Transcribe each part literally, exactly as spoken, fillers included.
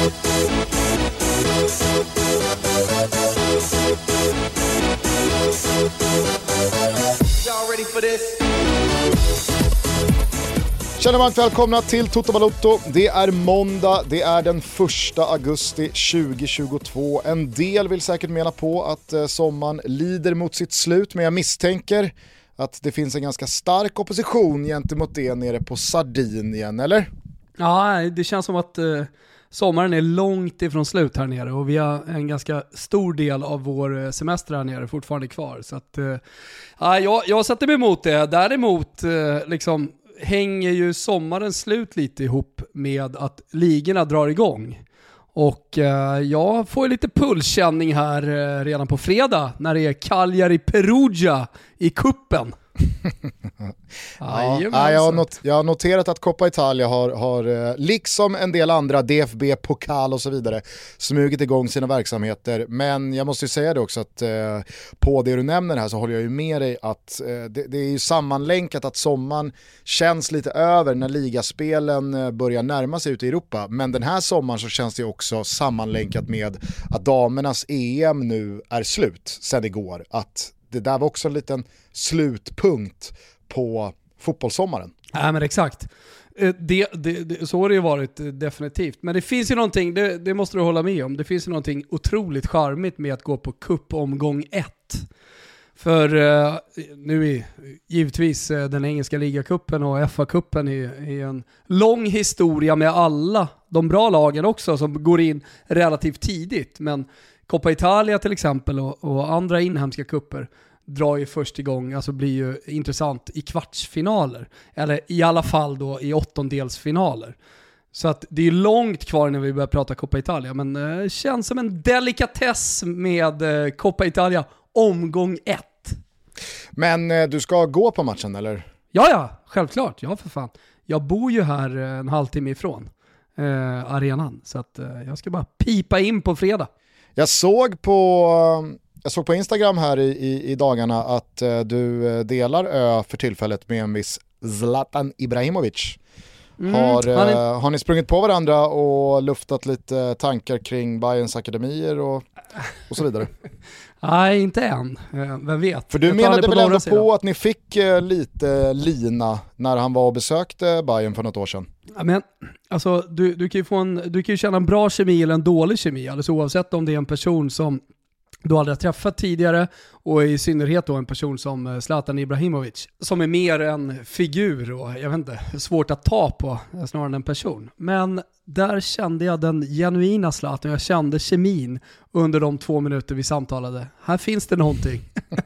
Känner varmt välkomna till Toto Balotto. Det är måndag, det är den första augusti tjugohundratjugotvå. En del vill säkert mena på att eh, sommaren lider mot sitt slut, men jag misstänker att det finns en ganska stark opposition gentemot det nere på Sardinien, eller? Ja, det känns som att eh, sommaren är långt ifrån slut här nere och vi har en ganska stor del av vår semester här nere fortfarande kvar. Så att, eh, ja, jag, jag sätter mig emot det. Däremot eh, liksom hänger ju sommaren slut lite ihop med att ligorna drar igång. Och eh, jag får ju lite pulskänning här eh, redan på fredag när det är Cagliari Perugia i kuppen. Ja, ja, jag, har not- jag har noterat att Coppa Italia har, har liksom en del andra D F B, pokal och så vidare smugit igång sina verksamheter, men jag måste ju säga det också att eh, på det du nämner här så håller jag ju med dig att eh, det, det är ju sammanlänkat att sommaren känns lite över när ligaspelen eh, börjar närma sig ute i Europa, men den här sommaren så känns det också sammanlänkat med att damernas E M nu är slut sedan igår, att det där var också en liten slutpunkt på fotbollssommaren. Ja, men exakt. Det, det, det, så har det ju varit definitivt. Men det finns ju någonting, det, det måste du hålla med om, det finns ju någonting otroligt charmigt med att gå på cupomgång ett. För uh, nu är givetvis uh, den engelska ligacupen och F A-cupen är, är en lång historia med alla de bra lagen också som går in relativt tidigt. Men Coppa Italia till exempel och, och andra inhemska kupper drar ju först igång, alltså blir ju intressant i kvartsfinaler. Eller i alla fall då i åttondelsfinaler. Så att det är långt kvar när vi börjar prata Coppa Italia. Men det eh, känns som en delikatess med eh, Coppa Italia omgång ett. Men eh, du ska gå på matchen, eller? Ja, ja, självklart. Ja, för fan. Jag bor ju här eh, en halvtimme ifrån eh, arenan. Så att eh, jag ska bara pipa in på fredag. Jag såg på... Jag såg på Instagram här i, i, i dagarna att uh, du delar ö för tillfället med en viss Zlatan Ibrahimovic. Mm, har, uh, är... har ni sprungit på varandra och luftat lite tankar kring Bayerns akademier och, och så vidare? Nej, inte än. Vem vet? För du menade väl ändå på att ni fick uh, lite lina när han var och besökte Bayern för något år sedan? Ja, men alltså, du, du kan ju få en, du kan ju känna en bra kemi eller en dålig kemi, alldeles oavsett om det är en person som du aldrig har träffat tidigare och i synnerhet då en person som Zlatan Ibrahimovic som är mer en figur och jag vet inte, svårt att ta på snarare än en person. Men där kände jag den genuina Zlatan, jag kände kemin under de två minuter vi samtalade. Här finns det någonting.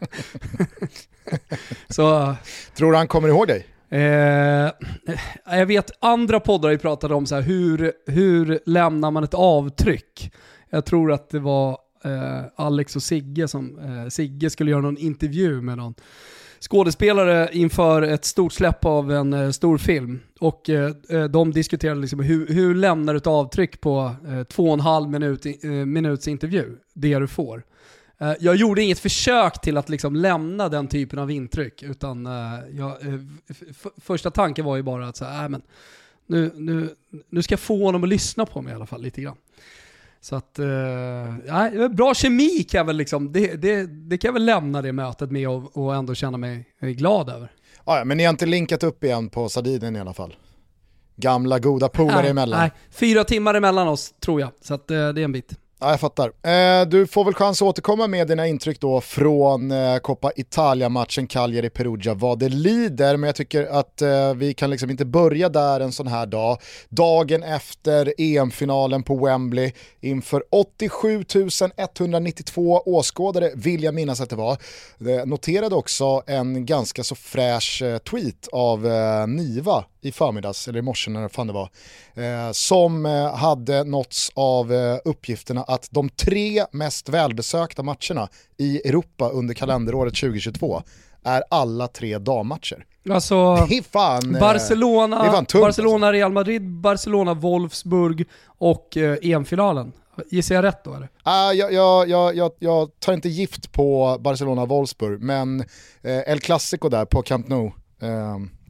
Så, tror du han kommer ihåg dig? Eh, jag vet andra poddar har ju pratat om så här, hur, hur lämnar man ett avtryck? Jag tror att det var Uh, Alex och Sigge som uh, Sigge skulle göra någon intervju med någon skådespelare inför ett stort släpp av en uh, stor film och uh, de diskuterade liksom hur, hur lämnar du ett avtryck på uh, två och en halv minut, uh, minuts intervju, det du får. Uh, jag gjorde inget försök till att liksom lämna den typen av intryck utan uh, jag, uh, f- första tanken var ju bara att så här, äh, men nu, nu, nu ska jag få honom att lyssna på mig i alla fall lite grann. Så att, uh, bra kemi kan jag väl liksom, det, det, det kan jag väl lämna det mötet med och, och ändå känna mig glad över. Ja, men ni har inte linkat upp igen på Sardinien i alla fall. Gamla goda polare emellan. Nej, fyra timmar emellan oss tror jag, så att, uh, det är en bit. Ja, jag fattar. Eh, du får väl chans att återkomma med dina intryck då från eh, Coppa Italia-matchen Cagliari Perugia, vad det lider, men jag tycker att eh, vi kan liksom inte börja där en sån här dag. Dagen efter E M-finalen på Wembley inför åttiosju tusen etthundranittiotvå åskådare vill jag minnas att det var. Jag noterade också en ganska så fräsch eh, tweet av eh, Niva i förmiddags, eller i morse när det fan det var, eh, som eh, hade nåtts av eh, uppgifterna att de tre mest välbesökta matcherna i Europa under kalenderåret tjugohundratjugotvå är alla tre dammatcher. Alltså det är fan, Barcelona, det är fan tungt, Barcelona, alltså. Real Madrid, Barcelona, Wolfsburg och eh, E M-finalen. Gissar jag rätt då eller? Uh, jag, jag, jag, jag, jag tar inte gift på Barcelona Wolfsburg, men eh, El Clasico där på Camp Nou, eh,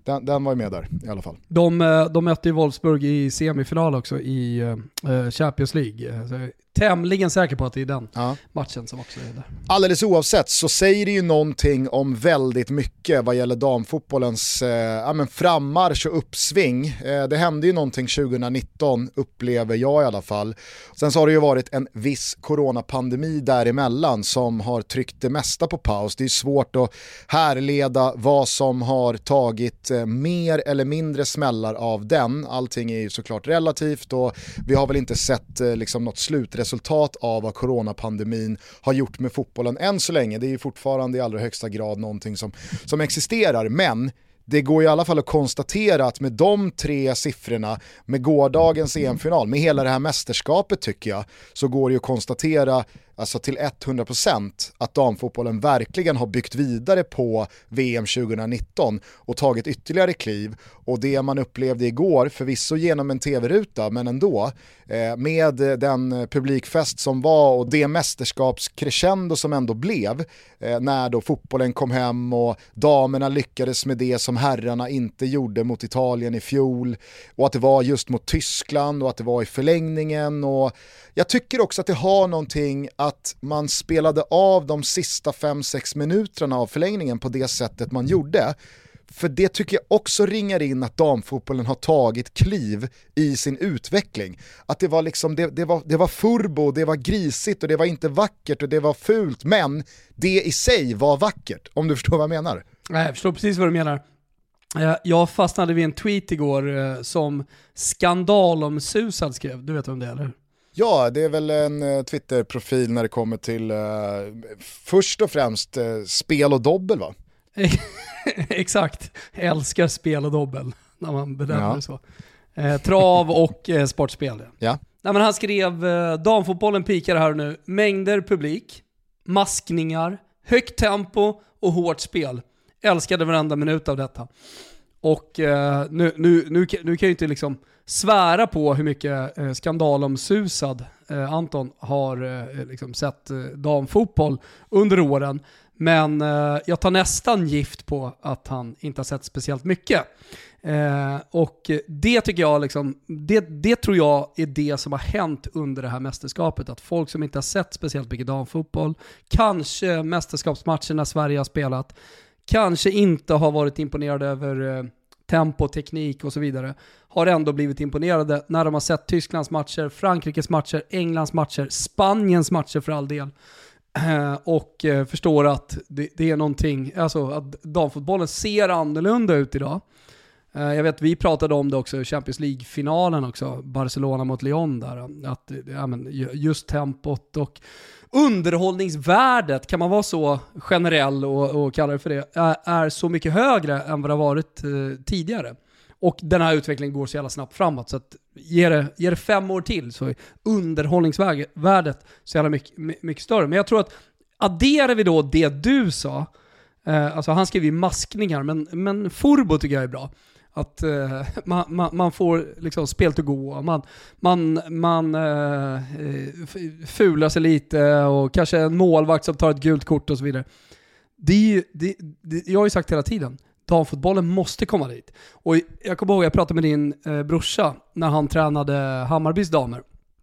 den, den var ju med där i alla fall. De, de mötte ju Wolfsburg i semifinal också i uh, Champions League. Så tämligen säker på att det är den ja. matchen som också är där. Alldeles oavsett så säger det ju någonting om väldigt mycket vad gäller damfotbollens eh, ja, men frammarsch och uppsving. Eh, det hände ju någonting tjugonitton, upplever jag i alla fall. Sen så har det ju varit en viss coronapandemi däremellan som har tryckt det mesta på paus. Det är svårt att härleda vad som har tagit eh, mer eller mindre smällar av den. Allting är ju såklart relativt och vi har väl inte sett eh, liksom något slutresultat resultat av vad coronapandemin har gjort med fotbollen än så länge. Det är ju fortfarande i allra högsta grad någonting som, som existerar, men det går i alla fall att konstatera att med de tre siffrorna, med gårdagens E M-final, med hela det här mästerskapet tycker jag, så går det ju att konstatera alltså till hundra procent att damfotbollen verkligen har byggt vidare på V M tjugonitton och tagit ytterligare kliv. Och det man upplevde igår, förvisso genom en tv-ruta, men ändå, eh, med den publikfest som var och det mästerskapskrescendo som ändå blev, eh, när då fotbollen kom hem och damerna lyckades med det som herrarna inte gjorde mot Italien i fjol, och att det var just mot Tyskland och att det var i förlängningen. Och jag tycker också att det har någonting att man spelade av de sista fem sex minuterna av förlängningen på det sättet man gjorde. För det tycker jag också ringar in att damfotbollen har tagit kliv i sin utveckling. Att det var liksom, det, det var, det var furbo, det var grisigt och det var inte vackert och det var fult, men det i sig var vackert, om du förstår vad jag menar. Jag förstår precis vad du menar. Jag fastnade vid en tweet igår som skandalomsusad skrev. Du vet om det, eller? Ja, det är väl en Twitter-profil när det kommer till uh, först och främst uh, spel och dobbel, va? Exakt, jag älskar spel och dobbel när man bedömer ja. det så. Eh, trav och eh, sportspel. Ja. Nej, men han skrev eh, damfotbollen pikar här nu. Mängder publik, maskningar, högt tempo och hårt spel. Älskade varenda minut av detta. Och eh, nu, nu, nu, nu kan jag ju inte liksom svära på hur mycket eh, skandalomsusad eh, Anton har eh, liksom sett eh, damfotboll under åren. Men eh, jag tar nästan gift på att han inte har sett speciellt mycket. Eh, och det tycker jag liksom, det, det tror jag är det som har hänt under det här mästerskapet. Att folk som inte har sett speciellt mycket damfotboll, kanske mästerskapsmatcherna Sverige har spelat, kanske inte har varit imponerade över eh, tempo, teknik och så vidare, har ändå blivit imponerade när de har sett Tysklands matcher, Frankrikes matcher, Englands matcher, Spaniens matcher för all del. Eh, och eh, förstår att det, det är någonting, alltså att damfotbollen ser annorlunda ut idag. Eh, jag vet, vi pratade om det också i Champions League-finalen också, Barcelona mot Lyon där, att ja, men, just tempot och underhållningsvärdet, kan man vara så generell och, och kalla det för det, är, är så mycket högre än vad det har varit eh, tidigare. Och den här utvecklingen går så jävla snabbt framåt, så att ger det, ger det fem år till så är underhållningsvärdet så jävla mycket, mycket större. Men jag tror att adderar vi då det du sa, eh, alltså han skrev ju maskningar, men, men furbo tycker jag är bra. Att eh, man, man, man får liksom spel till gå, man, man, man eh, fular sig lite och kanske en målvakt som tar ett gult kort och så vidare. Det är ju, det, det, jag har ju sagt hela tiden, damfotbollen måste komma dit. Och jag kommer ihåg, jag pratade med din eh, brorsa när han tränade Hammarbys damer.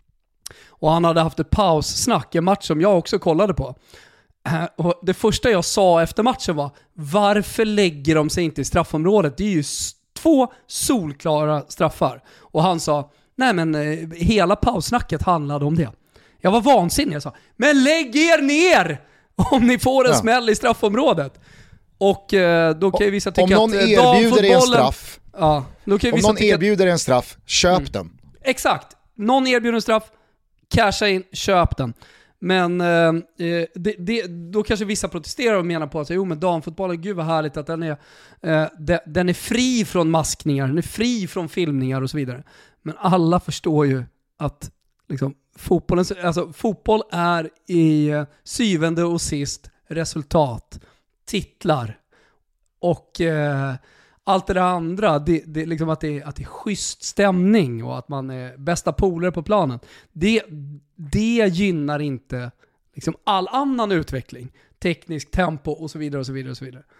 Och han hade haft ett paussnack, en match som jag också kollade på. Eh, och det första jag sa efter matchen var, varför lägger de sig inte i straffområdet? Det är ju två solklara straffar. Och han sa, nej men eh, hela paussnacket handlade om det. Jag var vansinnig, jag sa, men lägg er ner om ni får en ja. smäll i straffområdet. Och eh, då kan ju vissa tycka om någon att eh, erbjuder en straff, ja, då kan ju om vissa någon tycka erbjuder att, en straff, köp mm. den. Exakt. Någon erbjuder en straff, casha in, köp den. Men eh, det, det, då kanske vissa protesterar och menar på att jo, men damfotbollen, gud vad härligt att den är, eh, de, den är fri från maskningar, den är fri från filmningar och så vidare. Men alla förstår ju att liksom, fotbollen, alltså, fotboll är i eh, syvende och sist resultat, titlar och eh, allt det där andra, det, det, liksom att, det, att det är schysst stämning och att man är bästa polare på planen. Det, det gynnar inte liksom all annan utveckling, teknisk tempo och så vidare och så vidare och så vidare.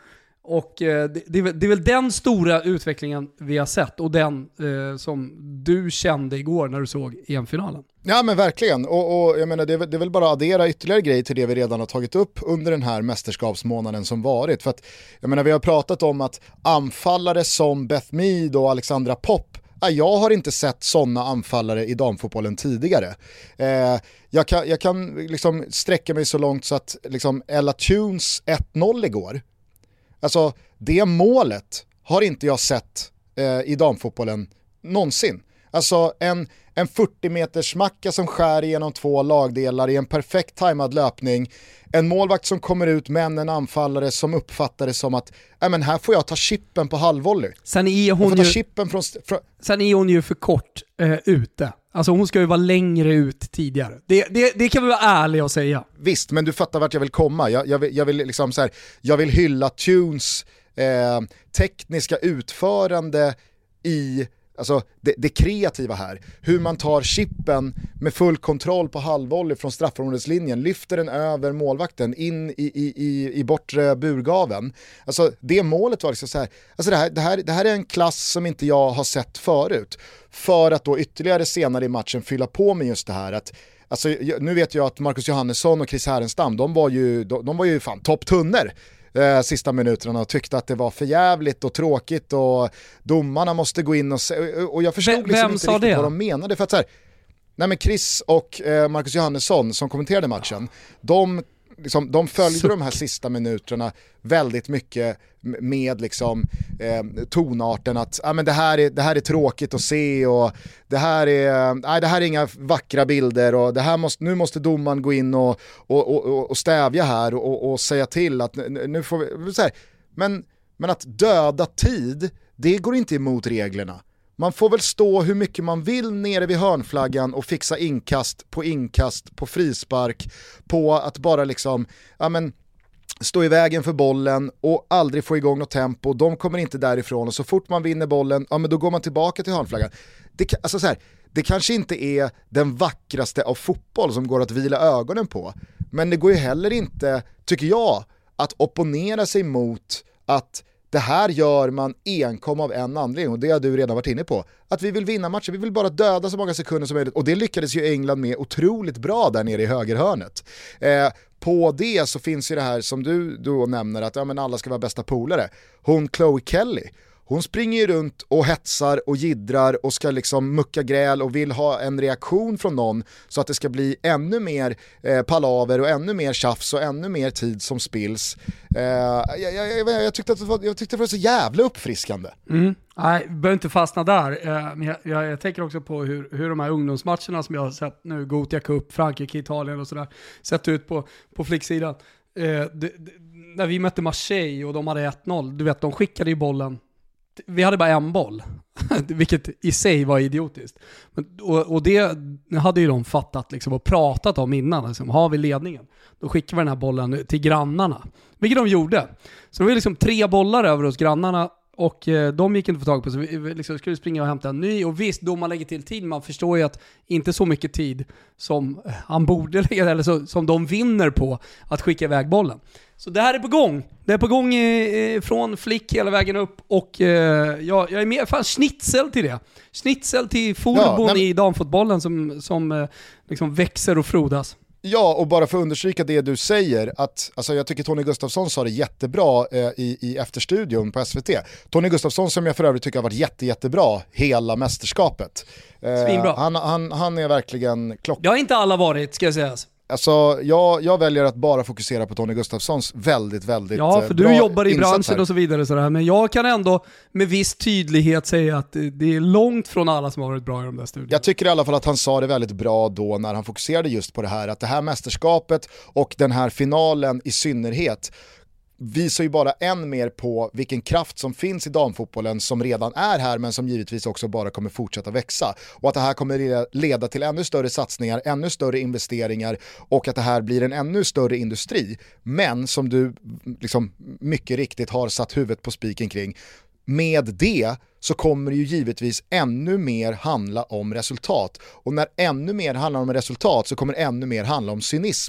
Och eh, det, det, är väl, det är väl den stora utvecklingen vi har sett och den eh, som du kände igår när du såg E M-finalen. Ja men verkligen, och, och jag menar det är, det är väl bara att addera ytterligare grejer till det vi redan har tagit upp under den här mästerskapsmånaden som varit. För att jag menar vi har pratat om att anfallare som Beth Mead och Alexandra Popp, ja, jag har inte sett sådana anfallare i damfotbollen tidigare. Eh, jag kan, jag kan liksom sträcka mig så långt så att liksom Ella Tunes ett noll igår, alltså det målet har inte jag sett eh, i damfotbollen någonsin. Alltså en, en fyrtio meters macka som skär igenom två lagdelar i en perfekt tajmad löpning. En målvakt som kommer ut med en anfallare som uppfattar det som att äh, men här får jag ta chippen på halvvolley. Sen är hon, ju, chippen från, från... sen är hon ju för kort eh, ute. Alltså hon ska ju vara längre ut tidigare. Det, det, det kan vi vara ärliga och säga. Visst, men du fattar vart jag vill komma. Jag, jag, vill, jag, vill, liksom så här, jag vill hylla Tunes eh, tekniska utförande i... Alltså det, det kreativa här, hur man tar chippen med full kontroll på halvvolley från straffområdeslinjen, lyfter den över målvakten in i, i, i, i bortre burgaven. Alltså det målet var liksom så här, alltså det här, det här, det här är en klass som inte jag har sett förut. För att då ytterligare senare i matchen fylla på med just det här att alltså, nu vet jag att Marcus Johannesson och Chris Härenstam, de var ju, de, de var ju fan topptunner Eh, sista minuterna och tyckte att det var för jävligt och tråkigt och domarna måste gå in och se, och jag förstod liksom Vem inte sa riktigt det? vad de menade för att så här, nej men Chris och eh, Marcus Johannesson som kommenterade matchen, de liksom, de följde Suck. de här sista minuterna väldigt mycket med liksom eh, tonarten att ah, men det, här är, det här är tråkigt att se och det här är, nej, det här är inga vackra bilder och det här måste, nu måste domaren gå in och, och, och, och stävja här och, och säga till att nu får vi, så här, men, men att döda tid, det går inte emot reglerna. Man får väl stå hur mycket man vill nere vid hörnflaggan och fixa inkast på inkast, på frispark, på att bara liksom, ja men, stå i vägen för bollen och aldrig få igång något tempo. De kommer inte därifrån och så fort man vinner bollen, ja men då går man tillbaka till hörnflaggan. Det, alltså så här, det kanske inte är den vackraste av fotboll som går att vila ögonen på, men det går ju heller inte, tycker jag, att opponera sig mot att det här gör man enkom av en anledning, och det har du redan varit inne på. Att vi vill vinna matcher, vi vill bara döda så många sekunder som möjligt. Och det lyckades ju England med otroligt bra där nere i högerhörnet. Eh, på det så finns ju det här som du då nämner, att ja, men alla ska vara bästa polare. Hon Chloe Kelly, hon springer ju runt och hetsar och giddrar och ska liksom mucka gräl och vill ha en reaktion från någon så att det ska bli ännu mer eh, palaver och ännu mer tjafs och ännu mer tid som spills. Eh, jag, jag, jag, jag, tyckte att det var, jag tyckte det var så jävla uppfriskande. Mm. Nej, vi behöver inte fastna där. Eh, men jag, jag, jag tänker också på hur, hur de här ungdomsmatcherna som jag har sett nu, Gothia Cup, Frankrike, Italien och sådär, sett ut på, på flicksidan. Eh, det, det, när vi mötte Marseille och de hade ett noll, du vet, de skickade ju bollen. Vi hade bara en boll, vilket i sig var idiotiskt. Men, och, och det hade ju de fattat liksom, och pratat om innan. Liksom, har vi ledningen, då skickar vi den här bollen till grannarna. Vilket de gjorde. Så det var liksom tre bollar över hos grannarna och eh, de gick inte få tag på. Så vi, vi liksom skulle springa och hämta en ny. Och visst, då man lägger till tid, man förstår ju att inte så mycket tid som han borde lägga, eller så, som de vinner på att skicka iväg bollen. Så det här är på gång. Det är på gång eh, från flick hela vägen upp och eh, jag, jag är med, fan schnitzel till det. Schnitzel till fotbollen ja, i damfotbollen som, som eh, liksom växer och frodas. Ja, och bara för att understryka det du säger, att alltså, jag tycker Tony Gustafsson sa det jättebra eh, i, i efterstudion på S V T. Tony Gustafsson, som jag för övrigt tycker har varit jätte, jättebra hela mästerskapet. Eh, han, han, han är verkligen klock. Det har inte alla varit, ska jag säga. Alltså, jag, jag väljer att bara fokusera på Tony Gustafssons väldigt, väldigt ja, för bra du jobbar i branschen här. Och så vidare. Sådär. Men jag kan ändå med viss tydlighet säga att det är långt från alla som har varit bra i de där studierna. Jag tycker i alla fall att han sa det väldigt bra då när han fokuserade just på det här. Att det här mästerskapet och den här finalen i synnerhet visar ju bara än mer på vilken kraft som finns i damfotbollen som redan är här, men som givetvis också bara kommer fortsätta växa. Och att det här kommer leda till ännu större satsningar, ännu större investeringar och att det här blir en ännu större industri. Men som du liksom mycket riktigt har satt huvudet på spiken kring, med det så kommer det ju givetvis ännu mer handla om resultat. Och när ännu mer handlar om resultat så kommer ännu mer handla om cynism.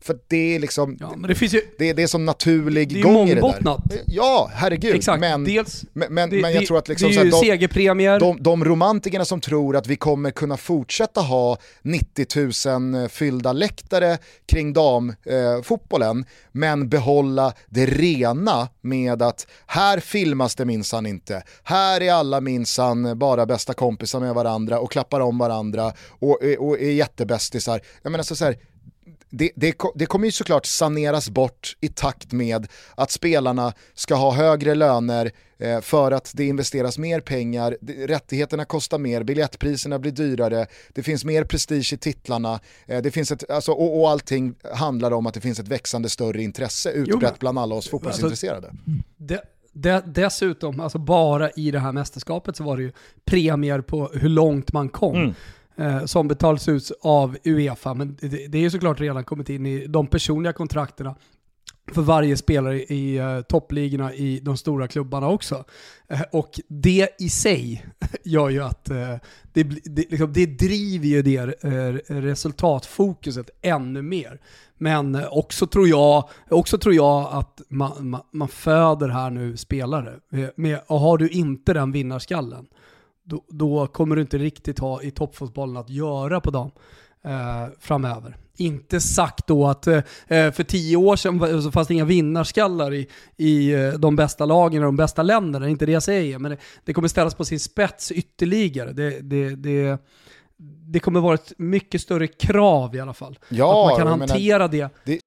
För det är liksom, ja, men det, finns ju, det, det är som naturlig det är gång i det där. Ja, herregud. Exakt. Men, Dels, men, men, det, men jag det, tror att liksom, det är ju så här, de, segerpremier. De, de romantikerna som tror att vi kommer kunna fortsätta ha nittio tusen fyllda läktare kring damfotbollen, eh, men behålla det rena med att här filmas det minsann inte. Här är alla minsann bara bästa kompisar med varandra och klappar om varandra och, och är jättebästisar. Jag menar så, så här, Det, det, det kommer ju såklart saneras bort i takt med att spelarna ska ha högre löner eh, för att det investeras mer pengar, det, rättigheterna kostar mer, biljettpriserna blir dyrare, det finns mer prestige i titlarna, eh, det finns ett, alltså, och, och allting handlar om att det finns ett växande större intresse utbrett bland alla oss fotbollsintresserade. Alltså, det, det, dessutom, alltså bara i det här mästerskapet så var det ju premier på hur långt man kom. Mm. Eh, som betalas ut av UEFA, men det, det är ju såklart redan kommit in i de personliga kontrakterna för varje spelare i eh, toppligorna i de stora klubbarna också. Eh, och det i sig gör ju att eh, det, det, liksom, det driver ju det eh, resultatfokuset ännu mer. Men eh, också, tror jag, också tror jag att man, man, man föder här nu spelare. Eh, med, och har du inte den vinnarskallen, Då, då kommer du inte riktigt ha i toppfotbollen att göra på dem eh, framöver. Inte sagt då att eh, för tio år sedan så fanns det inga vinnarskallar i, i de bästa lagen och de bästa länderna, inte det jag säger, men det, det kommer ställas på sin spets ytterligare. Det, det, det, det kommer vara ett mycket större krav i alla fall. Ja, att man kan hantera menar, det. det.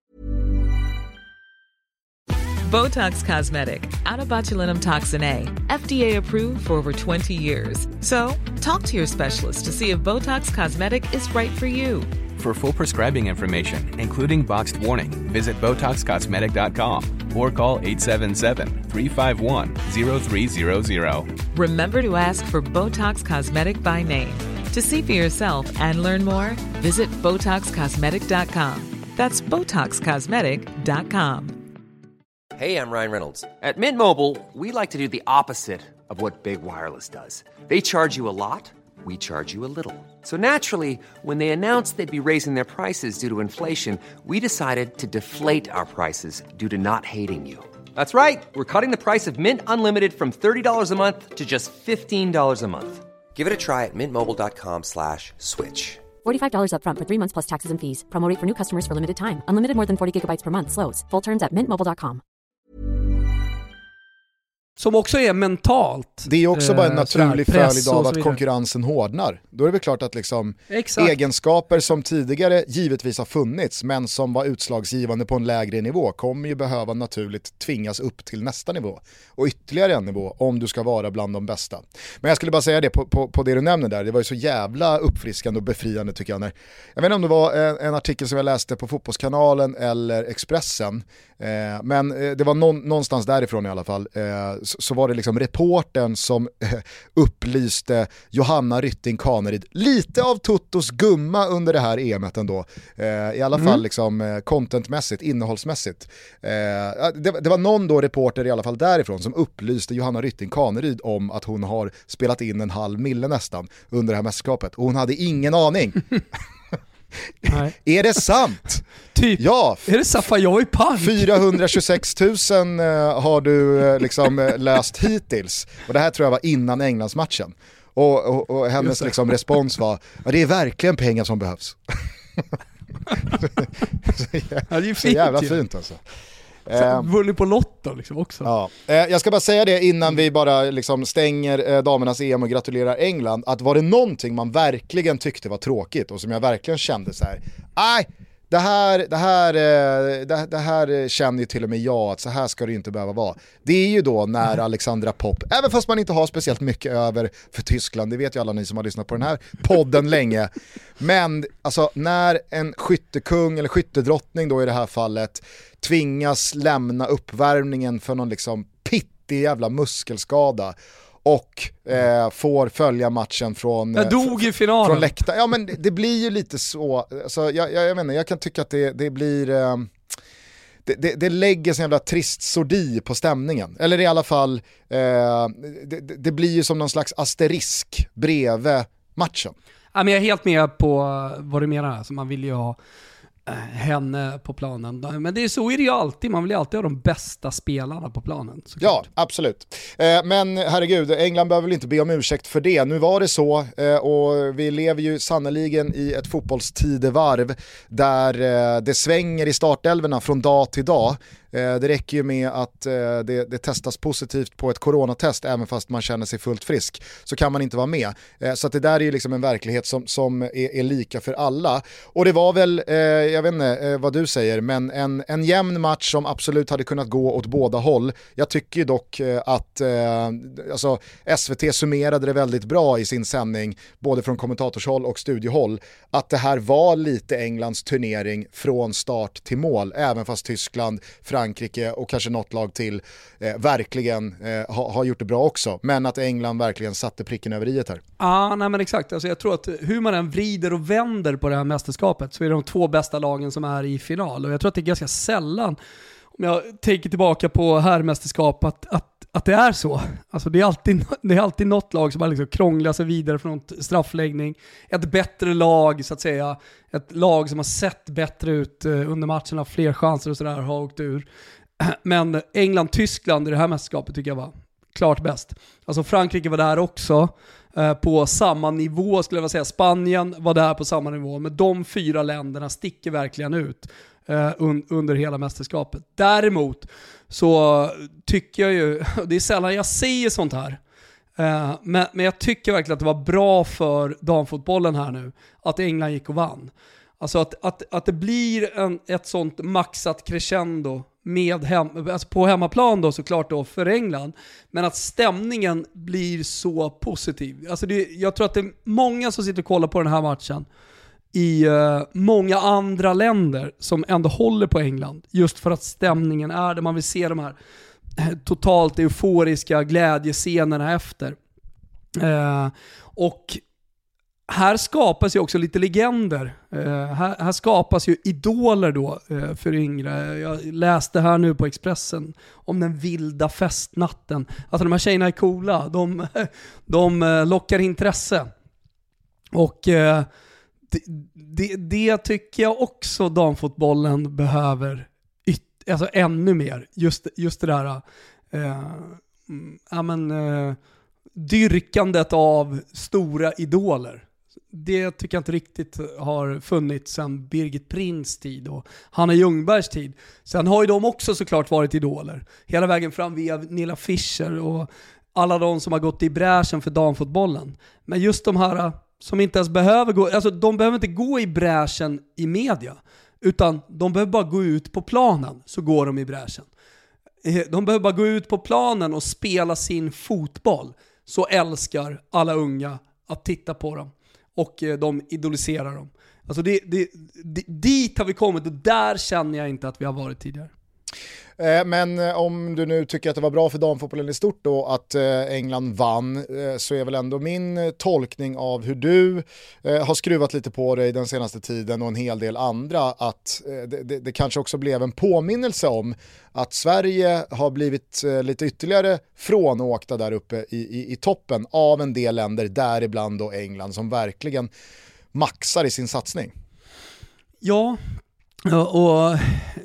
Botox Cosmetic, out of botulinum toxin A, F D A approved for over twenty years. So, talk to your specialist to see if Botox Cosmetic is right for you. For full prescribing information, including boxed warning, visit Botox Cosmetic dot com or call eight seven seven, three five one, zero three zero zero. Remember to ask for Botox Cosmetic by name. To see for yourself and learn more, visit Botox Cosmetic dot com. That's Botox Cosmetic dot com. Hey, I'm Ryan Reynolds. At Mint Mobile, we like to do the opposite of what Big Wireless does. They charge you a lot, we charge you a little. So naturally, when they announced they'd be raising their prices due to inflation, we decided to deflate our prices due to not hating you. That's right. We're cutting the price of Mint Unlimited from thirty dollars a month to just fifteen dollars a month. Give it a try at mintmobile.com slash switch. forty-five dollars up front for three months plus taxes and fees. Promo rate for new customers for limited time. Unlimited more than forty gigabytes per month. Slows full terms at mint mobile dot com. Som också är mentalt. Det är också eh, bara en naturlig följd av att vidare. konkurrensen hårdnar. Då är det väl klart att liksom egenskaper som tidigare givetvis har funnits men som var utslagsgivande på en lägre nivå kommer ju behöva naturligt tvingas upp till nästa nivå. Och ytterligare en nivå om du ska vara bland de bästa. Men jag skulle bara säga det på, på, på det du nämner där. Det var ju så jävla uppfriskande och befriande tycker jag. När, jag vet inte om det var en, en artikel som jag läste på Fotbollskanalen eller Expressen. Eh, men eh, det var någon, någonstans därifrån i alla fall. Eh, så, så var det liksom reportern som eh, upplyste Johanna Rytting Kaneryd lite av Tuttos gumma under det här E M:et ändå. Eh, I alla fall mm. liksom eh, contentmässigt, innehållsmässigt. Eh, det, det var någon då reporter i alla fall därifrån som upplyste Johanna Rytting Kaneryd om att hon har spelat in en halv mille nästan under det här mästerskapet. Och hon hade ingen aning. Nej. Är det sant? Typ, ja, är det Safajoj Punk? fyrahundratjugosex tusen uh, har du uh, liksom uh, löst hittills. Och det här tror jag var innan Englandsmatchen. Och, och, och hennes liksom, respons var, ja, det är verkligen pengar som behövs. så, jä- ja, det är ju fint, så jävla fint alltså. Vunnit på Lotto liksom också. Ja. Eh, jag ska bara säga det innan vi bara liksom stänger eh, damernas E M och gratulerar England, att var det någonting man verkligen tyckte var tråkigt och som jag verkligen kände så här, nej, det här, det här, eh, det, det här känner ju till och med jag att så här ska det ju inte behöva vara. Det är ju då när Alexandra Popp, även fast man inte har speciellt mycket över för Tyskland, det vet ju alla ni som har lyssnat på den här podden länge, men alltså när en skyttekung eller skyttedrottning då i det här fallet tvingas lämna uppvärmningen för någon liksom pittig jävla muskelskada och eh, får följa matchen från jag dog i finalen. Från läktaren. Ja, men det, det blir ju lite så, alltså, jag, jag, jag menar, jag kan tycka att det, det blir eh, det, det, det lägger en jävla trist sordi på stämningen, eller i alla fall eh, det, det blir ju som någon slags asterisk bredvid matchen. Ja, men jag är helt med på vad du menar, alltså, man vill ju ha henne på planen. Men det är så är det ju alltid, man vill ju alltid ha de bästa spelarna på planen. Ja, absolut. Eh, men herregud, England behöver väl inte be om ursäkt för det. Nu var det så eh, och vi lever ju sannoliken i ett fotbollstidevarv där eh, det svänger i startelverna från dag till dag. Det räcker ju med att det, det testas positivt på ett coronatest även fast man känner sig fullt frisk, så kan man inte vara med. Så att det där är ju liksom en verklighet som, som är, är lika för alla. Och det var väl, jag vet inte vad du säger, men en, en jämn match som absolut hade kunnat gå åt båda håll. Jag tycker dock att alltså, S V T summerade det väldigt bra i sin sändning, både från kommentatorshåll och studiohåll, att det här var lite Englands turnering från start till mål, även fast Tyskland, Frankrike och kanske något lag till eh, verkligen eh, har ha gjort det bra också. Men att England verkligen satte pricken över iet här. Ja, ah, nej men exakt. Alltså jag tror att hur man än vrider och vänder på det här mästerskapet så är det de två bästa lagen som är i final. Och jag tror att det är ganska sällan, om jag tänker tillbaka på herrmästerskap, att, att, att det är så. Alltså det är alltid, det är alltid något lag som har liksom krånglat sig vidare från straffläggning. Ett bättre lag så att säga. Ett lag som har sett bättre ut under matcherna, fler chanser och sådär, har åkt ur. Men England-Tyskland i det här mästerskapet tycker jag var klart bäst. Alltså Frankrike var där också eh, på samma nivå skulle jag vilja säga. Spanien var där på samma nivå. Men de fyra länderna sticker verkligen ut eh, un- under hela mästerskapet. Däremot så tycker jag ju, det är sällan jag säger sånt här, eh, men, men jag tycker verkligen att det var bra för damfotbollen här nu att England gick och vann. Alltså att, att, att det blir en, ett sånt maxat crescendo med hem, alltså på hemmaplan då såklart då för England, men att stämningen blir så positiv. Alltså det, jag tror att det är många som sitter och kollar på den här matchen i uh, många andra länder som ändå håller på England just för att stämningen är där, man vill se de här totalt euforiska glädjescenerna efter. Uh, och här skapas ju också lite legender. Uh, här, här skapas ju idoler då uh, för yngre. Jag läste här nu på Expressen om den vilda festnatten. Alltså de här tjejerna är coola. De, de uh, lockar intresse. Och uh, det, det, det tycker jag också damfotbollen behöver yt- alltså ännu mer. Just, just det där uh, ja, men, uh, dyrkandet av stora idoler. Det tycker jag inte riktigt har funnits sedan Birgit Prinz tid och Hanna Ljungbergs tid. Sen har ju de också såklart varit idoler. Hela vägen fram via Nilla Fischer och alla de som har gått i bräschen för damfotbollen. Men just de här som inte ens behöver gå, alltså de behöver inte gå i bräschen i media, utan de behöver bara gå ut på planen, så går de i bräschen. De behöver bara gå ut på planen och spela sin fotboll, så älskar alla unga att titta på dem. Och de idoliserar dem. Alltså det, det, det, dit har vi kommit och där känner jag inte att vi har varit tidigare. Men om du nu tycker att det var bra för damfotbollen i stort då att England vann, så är väl ändå min tolkning av hur du har skruvat lite på dig den senaste tiden och en hel del andra, att det, det, det kanske också blev en påminnelse om att Sverige har blivit lite ytterligare frånåkta där uppe i, i, i toppen av en del länder, däribland då England, som verkligen maxar i sin satsning. Ja, och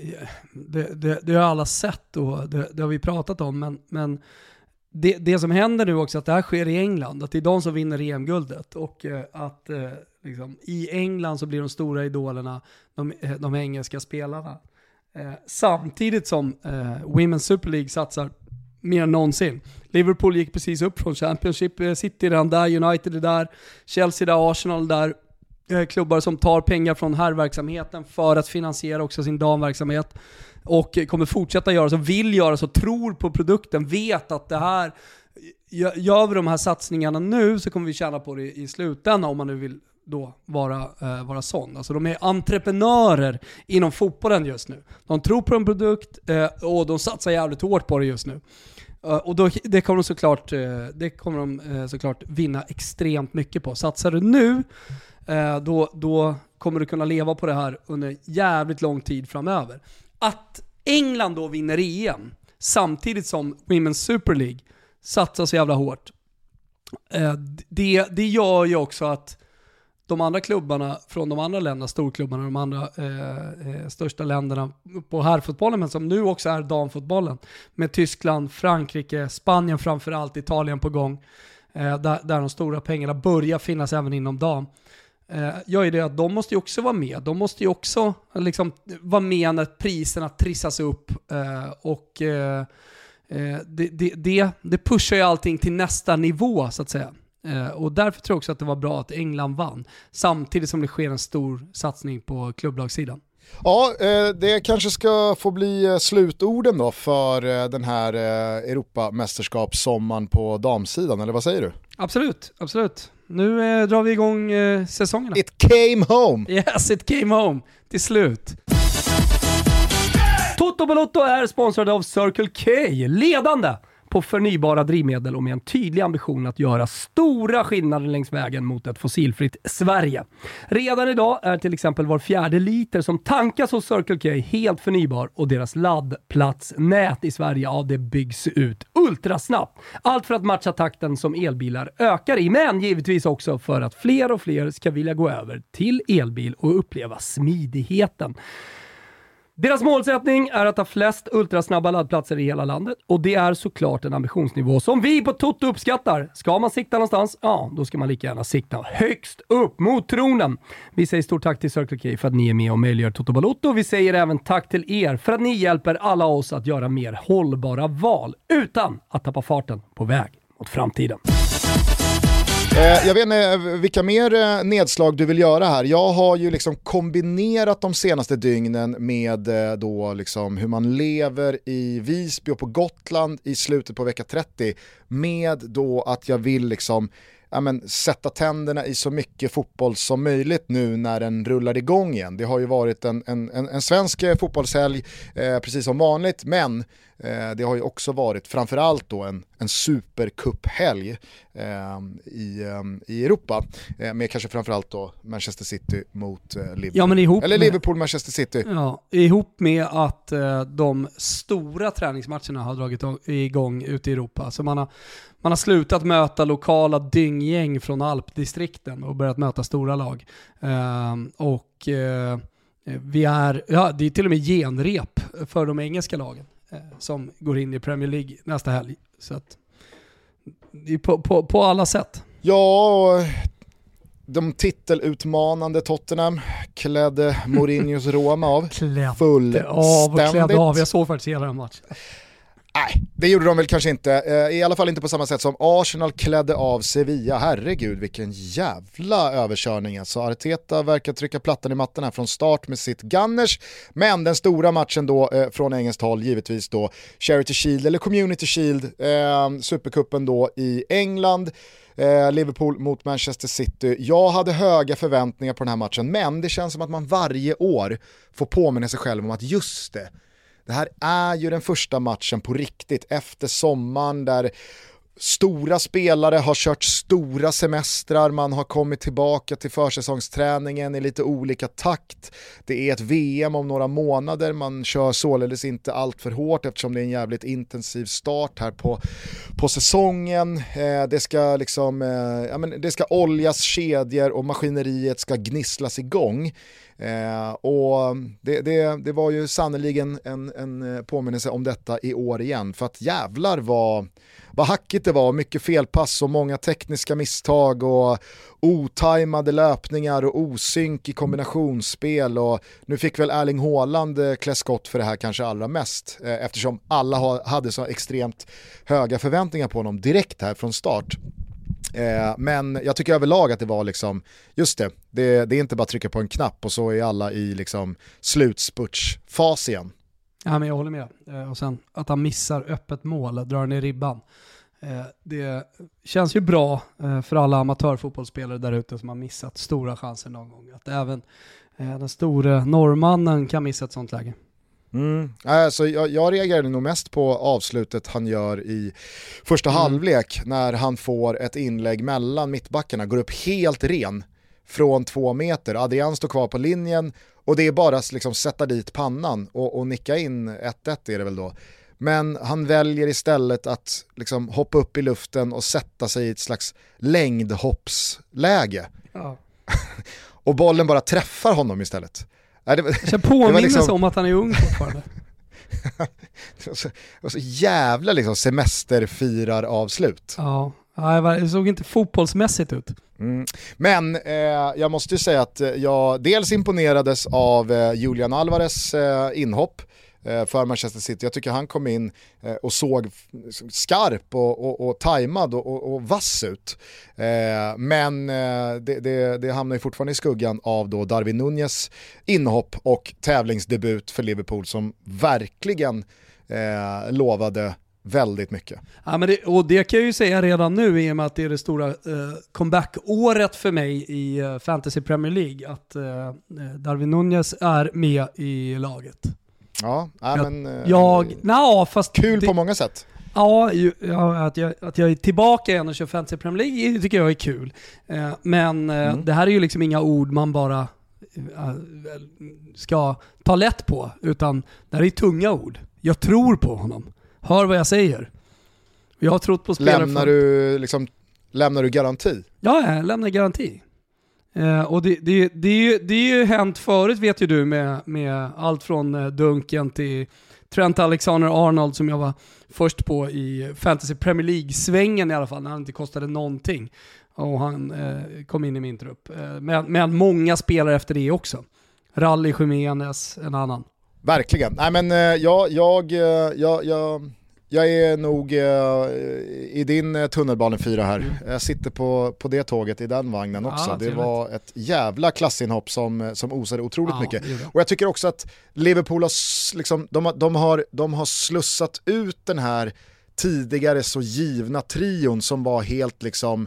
det, det, det har alla sett och det, det har vi pratat om, men, men det, det som händer nu också, att det här sker i England, att det är de som vinner E M-guldet och att liksom, i England så blir de stora idolerna de, de engelska spelarna. Eh, samtidigt som eh, Women's Super League satsar mer än någonsin. Liverpool gick precis upp från Championship, City är redan där, United är där, Chelsea där, Arsenal där. Klubbar som tar pengar från herrverksamheten för att finansiera också sin damverksamhet och kommer fortsätta göra så, vill göra så, tror på produkten, vet att det här, gör vi de här satsningarna nu så kommer vi tjäna på det i slutändan, om man nu vill då vara, eh, vara sån. Alltså de är entreprenörer inom fotbollen just nu. De tror på en produkt eh, och de satsar jävligt hårt på det just nu. Uh, och då, det kommer de såklart, uh, det kommer de uh, såklart vinna extremt mycket på. Satsar du nu, uh, då, då kommer du kunna leva på det här under jävligt lång tid framöver. Att England då vinner E M samtidigt som Women's Super League satsar så jävla hårt, uh, det, det gör ju också att de andra klubbarna från de andra länderna, storklubbarna, de andra eh, eh, största länderna på herrfotbollen, men som nu också är damfotbollen, med Tyskland, Frankrike, Spanien framförallt, Italien på gång, eh, där, där de stora pengarna börjar finnas även inom dam. Eh, gör ju det att de måste ju också vara med. De måste ju också liksom vara med när priserna trissas upp eh, och eh, det, det, det, det pushar ju allting till nästa nivå så att säga. Eh, och därför tror jag också att det var bra att England vann, samtidigt som det sker en stor satsning på klubblagssidan. Ja, det kanske ska få bli slutorden då för den här Europamästerskapssommaren på damsidan, eller vad säger du? Absolut, absolut. Nu eh, drar vi igång eh, säsongerna. It came home! Yes, it came home. Till slut. Toto Balotto är sponsrad av Circle K, ledande på förnybara drivmedel och med en tydlig ambition att göra stora skillnader längs vägen mot ett fossilfritt Sverige. Redan idag är till exempel var fjärde liter som tankas hos Circle K helt förnybar och deras laddplatsnät i Sverige, ja, det byggs ut ultrasnabbt. Allt för att matcha takten som elbilar ökar i, men givetvis också för att fler och fler ska vilja gå över till elbil och uppleva smidigheten. Deras målsättning är att ha flest ultrasnabba laddplatser i hela landet, och det är såklart en ambitionsnivå som vi på Toto uppskattar. Ska man sikta någonstans? Ja, då ska man lika gärna sikta högst upp mot tronen. Vi säger stort tack till Circle K för att ni är med och möjliggör Toto Balotto. Vi säger även tack till er för att ni hjälper alla oss att göra mer hållbara val utan att tappa farten på väg mot framtiden. Jag vet inte vilka mer nedslag du vill göra här. Jag har ju liksom kombinerat de senaste dygnen med då liksom hur man lever i Visby och på Gotland i slutet på vecka trettio, med då att jag vill liksom ja, men, sätta tänderna i så mycket fotboll som möjligt nu när den rullar igång igen. Det har ju varit en, en, en, en svensk fotbollshelg eh, precis som vanligt, men eh, det har ju också varit framförallt då en, en supercuphelg eh, i, eh, i Europa eh, med kanske framförallt då Manchester City mot eh, Liverpool. Ja, men ihop Eller Liverpool, med, Manchester City. Ja, ihop med att eh, de stora träningsmatcherna har dragit igång ute i Europa. Så man har Man har slutat möta lokala dynggäng från alpdistrikten och börjat möta stora lag. Uh, och uh, vi är, ja, det är till och med genrep för de engelska lagen uh, som går in i Premier League nästa helg. Så att det är på, på, på alla sätt. Ja, de titelutmanande Tottenham klädde Mourinhos Roma av. Klädde fullständigt. av och klädde av. Jag såg faktiskt hela den matchen. Nej, det gjorde de väl kanske inte. I alla fall inte på samma sätt som Arsenal klädde av Sevilla. Herregud, vilken jävla överkörning. Alltså, Arteta verkar trycka plattan i mattan här från start med sitt Gunners. Men den stora matchen då eh, från engelskt håll, givetvis då Charity Shield eller Community Shield, eh, Supercupen då i England. Eh, Liverpool mot Manchester City. Jag hade höga förväntningar på den här matchen, men det känns som att man varje år får påminna sig själv om att just det, det här är ju den första matchen på riktigt efter sommaren där stora spelare har kört stora semestrar, man har kommit tillbaka till försäsongsträningen i lite olika takt. Det är ett V M om några månader, man kör således inte allt för hårt eftersom det är en jävligt intensiv start här på, på säsongen. Eh, det ska liksom, eh, ja, men det ska oljas kedjor och maskineriet ska gnisslas igång. Eh, och det, det, det var ju sannoliken en, en påminnelse om detta i år igen, för att jävlar vad, vad hackigt det var, mycket felpass och många tekniska misstag och otajmade löpningar och osynk i kombinationsspel, och nu fick väl Erling Haaland klä skott för det här kanske allra mest eh, eftersom alla ha, hade så extremt höga förväntningar på honom direkt här från start. Eh, men jag tycker överlag att det var liksom, just det, det, det är inte bara att trycka på en knapp och så är alla i liksom slutspurtsfas igen. Ja, men jag håller med. Eh, och sen att han missar öppet mål, drar ner ribban. Eh, det känns ju bra eh, för alla amatörfotbollsspelare där ute som har missat stora chanser någon gång. Att även eh, den stora norrmannen kan missa ett sånt läge. Mm. Alltså, jag, jag reagerade nog mest på avslutet han gör i första mm. halvlek när han får ett inlägg mellan mittbackarna, går upp helt ren från två meter. Adrian står kvar på linjen och det är bara att liksom sätta dit pannan och, och nicka in ett ett är det väl då. Men han väljer istället att liksom hoppa upp i luften och sätta sig i ett slags längdhoppsläge. Ja. och bollen bara träffar honom istället. Nej, det, jag påminner liksom... om att han är ung fortfarande. det, var så, det var så jävla liksom semesterfirar avslut. Ja, det såg inte fotbollsmässigt ut. Mm. Men eh, jag måste ju säga att jag dels imponerades av eh, Julian Alvarez eh, inhopp eh, för Manchester City. Jag tycker han kom in eh, och såg skarp och, och, och tajmad och, och, och vass ut. Eh, men eh, det, det, det hamnar ju fortfarande i skuggan av då Darwin Núñez inhopp och tävlingsdebut för Liverpool som verkligen eh, lovade väldigt mycket. Ja, men det, och det kan jag ju säga redan nu i och med att det är det stora eh, comeback-året för mig i eh, Fantasy Premier League att eh, Darwin Núñez är med i laget. Ja, ja jag, men... Eh, jag, na, fast kul det, på många sätt. Ja, ju, ja att, jag, att jag är tillbaka igen och kör Fantasy Premier League tycker jag är kul. Eh, men eh, mm. det här är ju liksom inga ord man bara eh, ska ta lätt på, utan det här är tunga ord. Jag tror på honom. Hör vad jag säger. Jag har trott på spelare. Lämnar du, liksom, lämnar du garanti? Ja, jag lämnar garanti. Eh, och det, det, det, är ju, det är ju hänt förut, vet ju du, med, med allt från eh, Duncan till Trent Alexander-Arnold som jag var först på i Fantasy Premier League-svängen i alla fall, när han inte kostade någonting. Och han eh, kom in i min trupp. Eh, med, med många spelare efter det också. Rally Jiménez, en annan. Verkligen. Nej men uh, jag, jag, uh, jag, jag, jag är nog uh, i din uh, tunnelbanefyra här. Mm. Jag sitter på, på det tåget i den vagnen också. Ja, det var ett jävla klassinhopp som, som osade otroligt ja, mycket. Och jag tycker också att Liverpool har, liksom, de, de, har, de har slussat ut den här tidigare så givna trion som var helt liksom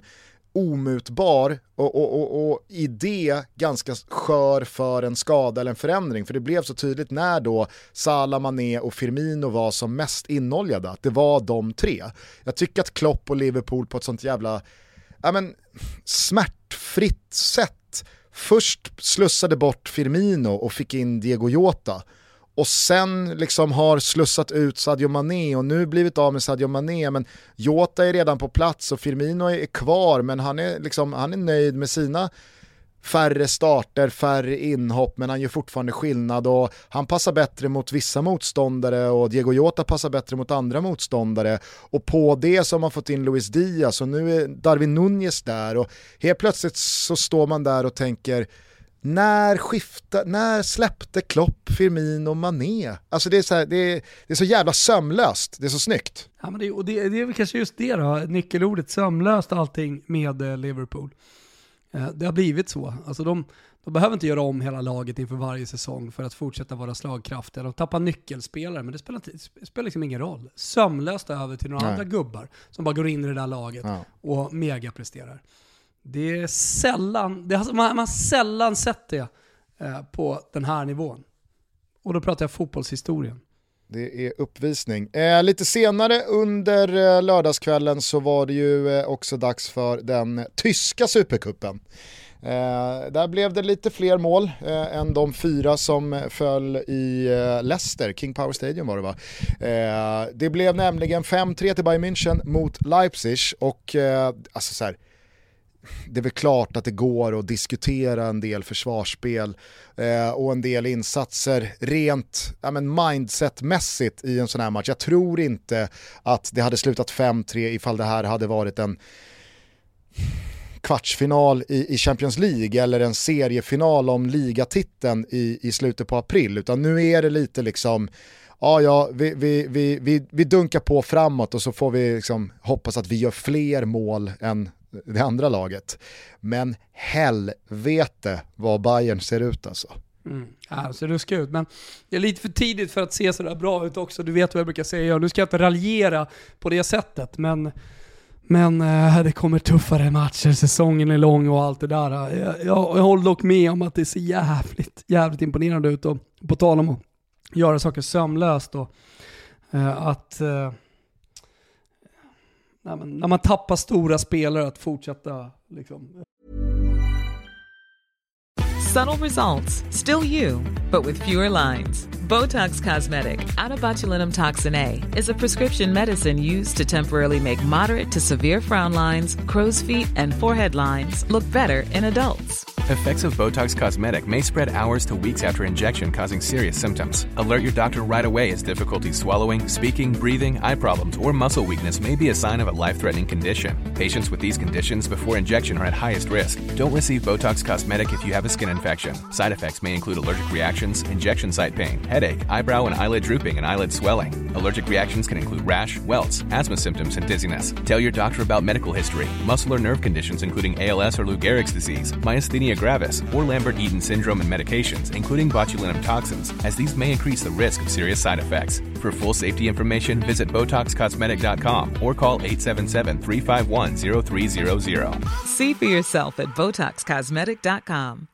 omutbar och, och, och, och i det ganska skör för en skada eller en förändring, för det blev så tydligt när då Salah, Mané och Firmino var som mest inoljade att det var de tre. Jag tycker att Klopp och Liverpool på ett sånt jävla ja men, smärtfritt sätt först slussade bort Firmino och fick in Diego Jota och sen liksom har slussat ut Sadio Mané och nu blivit av med Sadio Mané, men Jota är redan på plats och Firmino är kvar, men han är, liksom, han är nöjd med sina färre starter, färre inhopp, men han gör fortfarande skillnad och han passar bättre mot vissa motståndare och Diego Jota passar bättre mot andra motståndare och på det så har man fått in Luis Diaz och nu är Darwin Núñez där och helt plötsligt så står man där och tänker När skifta, när släppte Klopp, Firmino och Mané? Alltså det är, så här, det, är, det är så jävla sömlöst. Det är så snyggt. Ja, men det, och det, det är väl kanske just det då, nyckelordet sömlöst allting med eh, Liverpool. Eh, det har blivit så. Alltså de, de behöver inte göra om hela laget inför varje säsong för att fortsätta vara slagkraftiga. De tappar nyckelspelare, men det spelar, inte, det spelar liksom ingen roll. Sömlöst över till några Nej. andra gubbar som bara går in i det där laget ja. och megapresterar. Det är sällan, det har, man, man har sällan sett det eh, på den här nivån. Och då pratar jag fotbollshistorien. Det är uppvisning. Eh, lite senare under eh, lördagskvällen så var det ju eh, också dags för den tyska supercupen. Eh, där blev det lite fler mål eh, än de fyra som föll i eh, Leicester, King Power Stadium var det va? Eh, det blev nämligen fem tre till Bayern München mot Leipzig och eh, alltså så här, det är väl klart att det går att diskutera en del försvarsspel eh, och en del insatser rent ja, men mindsetmässigt i en sån här match. Jag tror inte att det hade slutat fem tre ifall det här hade varit en kvartsfinal i, i Champions League eller en seriefinal om ligatiteln i, i slutet på april, utan nu är det lite liksom ja, ja vi, vi, vi, vi, vi dunkar på framåt och så får vi liksom hoppas att vi gör fler mål än det andra laget. Men helvete vad Bayern ser ut alltså. Mm. Ja, så det ska ut. Men det är lite för tidigt för att se så där bra ut också. Du vet vad jag brukar säga. Nu ska jag inte raljera på det sättet. Men, men äh, det kommer tuffare matcher. Säsongen är lång och allt det där. Jag, jag, jag håller dock med om att det ser jävligt, jävligt imponerande ut. Och på tal om att göra saker sömlöst. Och, äh, att... Äh, Nej, men när man tappar stora spelare att fortsätta liksom. Subtle results, still you, but with fewer lines. Botox Cosmetic, out of botulinum toxin A, is a prescription medicine used to temporarily make moderate to severe frown lines, crow's feet, and forehead lines look better in adults. Effects of Botox Cosmetic may spread hours to weeks after injection, causing serious symptoms. Alert your doctor right away as difficulty swallowing, speaking, breathing, eye problems, or muscle weakness may be a sign of a life-threatening condition. Patients with these conditions before injection are at highest risk. Don't receive Botox Cosmetic if you have a skin infection. Side effects may include allergic reactions, injection site pain, headache, eyebrow and eyelid drooping, and eyelid swelling. Allergic reactions can include rash, welts, asthma symptoms, and dizziness. Tell your doctor about medical history, muscle or nerve conditions including A L S or Lou Gehrig's disease, myasthenia gravis, or Lambert-Eaton syndrome, and medications, including botulinum toxins, as these may increase the risk of serious side effects. For full safety information, visit Botox Cosmetic dot com or call eight seven seven, three five one, zero three zero zero. See for yourself at Botox Cosmetic dot com.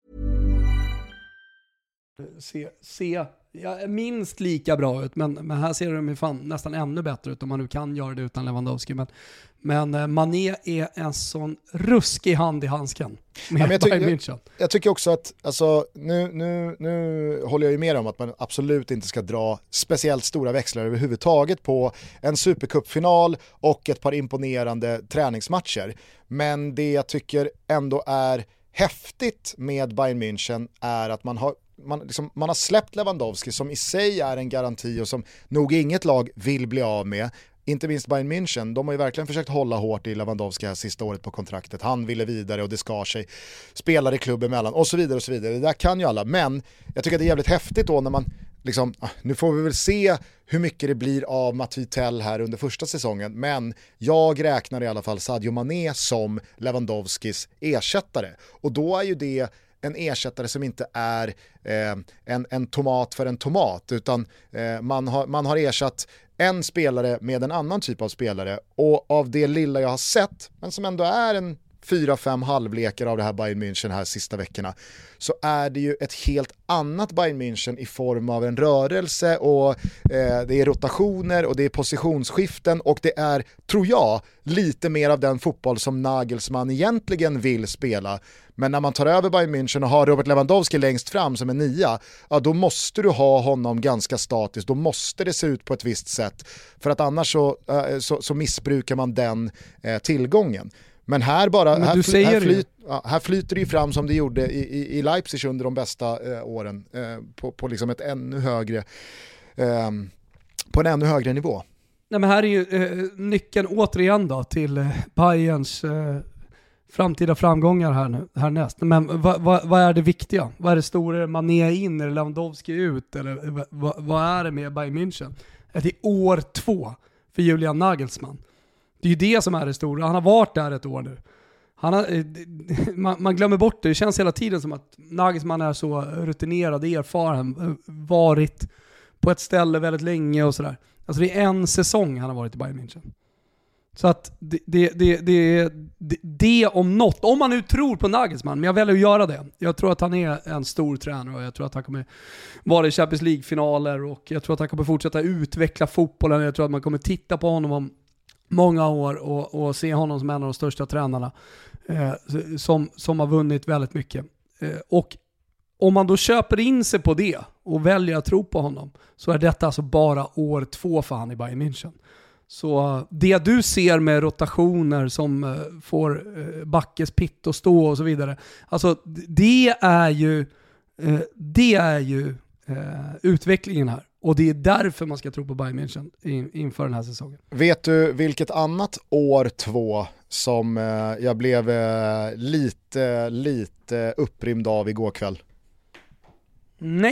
Se, se ja, minst lika bra ut, men, men här ser de ju fan nästan ännu bättre ut om man nu kan göra det utan Lewandowski. Men, men eh, Mané är en sån ruskig hand i handsken med ja, jag, Bayern ty- München. jag, jag tycker också att alltså, nu, nu, nu håller jag ju med om att man absolut inte ska dra speciellt stora växlar överhuvudtaget på en supercupfinal och ett par imponerande träningsmatcher. Men det jag tycker ändå är häftigt med Bayern München är att man har Man, liksom, man har släppt Lewandowski som i sig är en garanti och som nog inget lag vill bli av med. Inte minst Bayern München, de har ju verkligen försökt hålla hårt i Lewandowski här sista året på kontraktet. Han ville vidare och det skar sig. Spelare i klubben emellan och så vidare och så vidare. Det där kan ju alla, men jag tycker att det är jävligt häftigt då när man liksom, nu får vi väl se hur mycket det blir av Mats Tell här under första säsongen, men jag räknar i alla fall Sadio Mané som Lewandowskis ersättare. Och då är ju det en ersättare som inte är eh, en, en tomat för en tomat, utan eh, man, har, man har ersatt en spelare med en annan typ av spelare, och av det lilla jag har sett, men som ändå är en fyra, fem halvlekar av det här Bayern München här sista veckorna, så är det ju ett helt annat Bayern München i form av en rörelse och eh, det är rotationer och det är positionsskiften och det är, tror jag, lite mer av den fotboll som Nagelsmann egentligen vill spela. Men när man tar över Bayern München och har Robert Lewandowski längst fram som en nia, ja, då måste du ha honom ganska statiskt, då måste det se ut på ett visst sätt, för att annars så, äh, så, så missbrukar man den äh, tillgången. Men här bara Men här, du fly, här, det. flyt, ja, här flyter det ju fram som det gjorde i, i, i Leipzig under de bästa eh, åren eh, på, på liksom ett ännu högre eh, på en ännu högre nivå. Nej, men här är ju eh, nyckeln återigen då till eh, Bayerns eh, framtida framgångar här nu, härnäst. Men vad va, va är det viktiga? Vad är det stora? Mané in eller Lewandowski ut? Eller vad va, va är det med Bayern München? Det är år två för Julian Nagelsmann. Det är ju det som är det stora. Han har varit där ett år nu. Han har, man, man glömmer bort det. Det känns hela tiden som att Nagelsmann är så rutinerad, erfaren, varit på ett ställe väldigt länge och sådär. Alltså det är en säsong han har varit i Bayern München. Så att det, det, det, det, det, det om något, om man nu tror på Nagelsmann, men jag väljer att göra det. Jag tror att han är en stor tränare och jag tror att han kommer vara i Champions League-finaler och jag tror att han kommer fortsätta utveckla fotbollen. Jag tror att man kommer titta på honom om många år och, och se honom som en av de största tränarna eh, som, som har vunnit väldigt mycket. Eh, och om man då köper in sig på det och väljer att tro på honom, så är detta alltså bara år två för han i Bayern München. Så det du ser med rotationer som eh, får eh, Backes pitt och stå och så vidare, alltså det är ju eh, det är ju eh, utvecklingen här. Och det är därför man ska tro på Bayern München in, inför den här säsongen. Vet du vilket annat år två som eh, jag blev eh, lite, lite upprymd av igår kväll? Nej.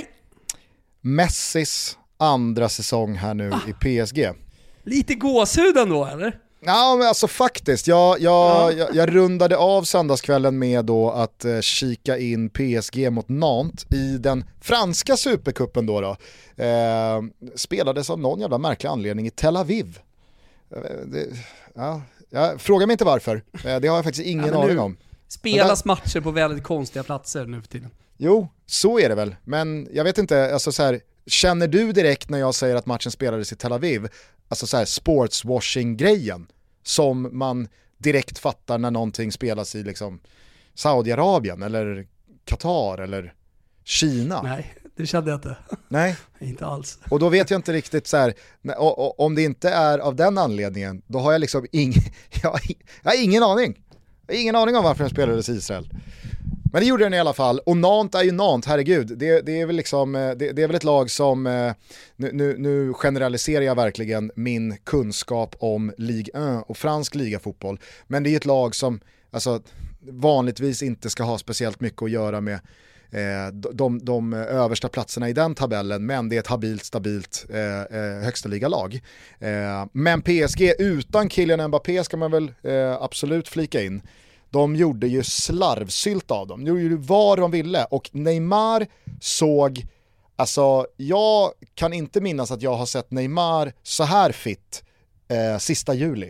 Messis andra säsong här nu ah. i P S G. Lite gåshud ändå, eller? Ja, men alltså faktiskt. Jag, jag, ja. jag, jag rundade av söndagskvällen med då att eh, kika in P S G mot Nantes i den franska supercupen då. då. Eh, spelades av någon jävla märklig anledning i Tel Aviv. Eh, det, ja, jag frågar mig inte varför. Eh, det har jag faktiskt ingen ja, aning om. Spelas där matcher på väldigt konstiga platser nu för tiden. Jo, så är det väl. Men jag vet inte, alltså så här, känner du direkt när jag säger att matchen spelades i Tel Aviv, alltså så här sportswashing-grejen som man direkt fattar när någonting spelas i liksom Saudiarabien eller Qatar eller Kina? Nej, det kände jag inte. Nej. Inte alls. Och då vet jag inte riktigt så här, och, och, om det inte är av den anledningen, då har jag liksom ing, jag, har, jag har ingen aning. Jag har ingen aning om varför den spelades i Israel. Men Men det gjorde den i alla fall, och Nantes är ju Nantes, herregud. Det, det, är väl liksom, det, det är väl ett lag som, nu, nu, nu generaliserar jag verkligen min kunskap om Ligue ett och fransk ligafotboll, men det är ett lag som alltså, vanligtvis inte ska ha speciellt mycket att göra med eh, de, de översta platserna i den tabellen, men det är ett habilt, stabilt eh, högsta ligalag. Eh, men P S G utan Kylian Mbappé ska man väl eh, absolut flika in. De gjorde ju slarvsylt av dem. De gjorde ju vad de ville. Och Neymar såg... Alltså, jag kan inte minnas att jag har sett Neymar så här fit eh, sista juli.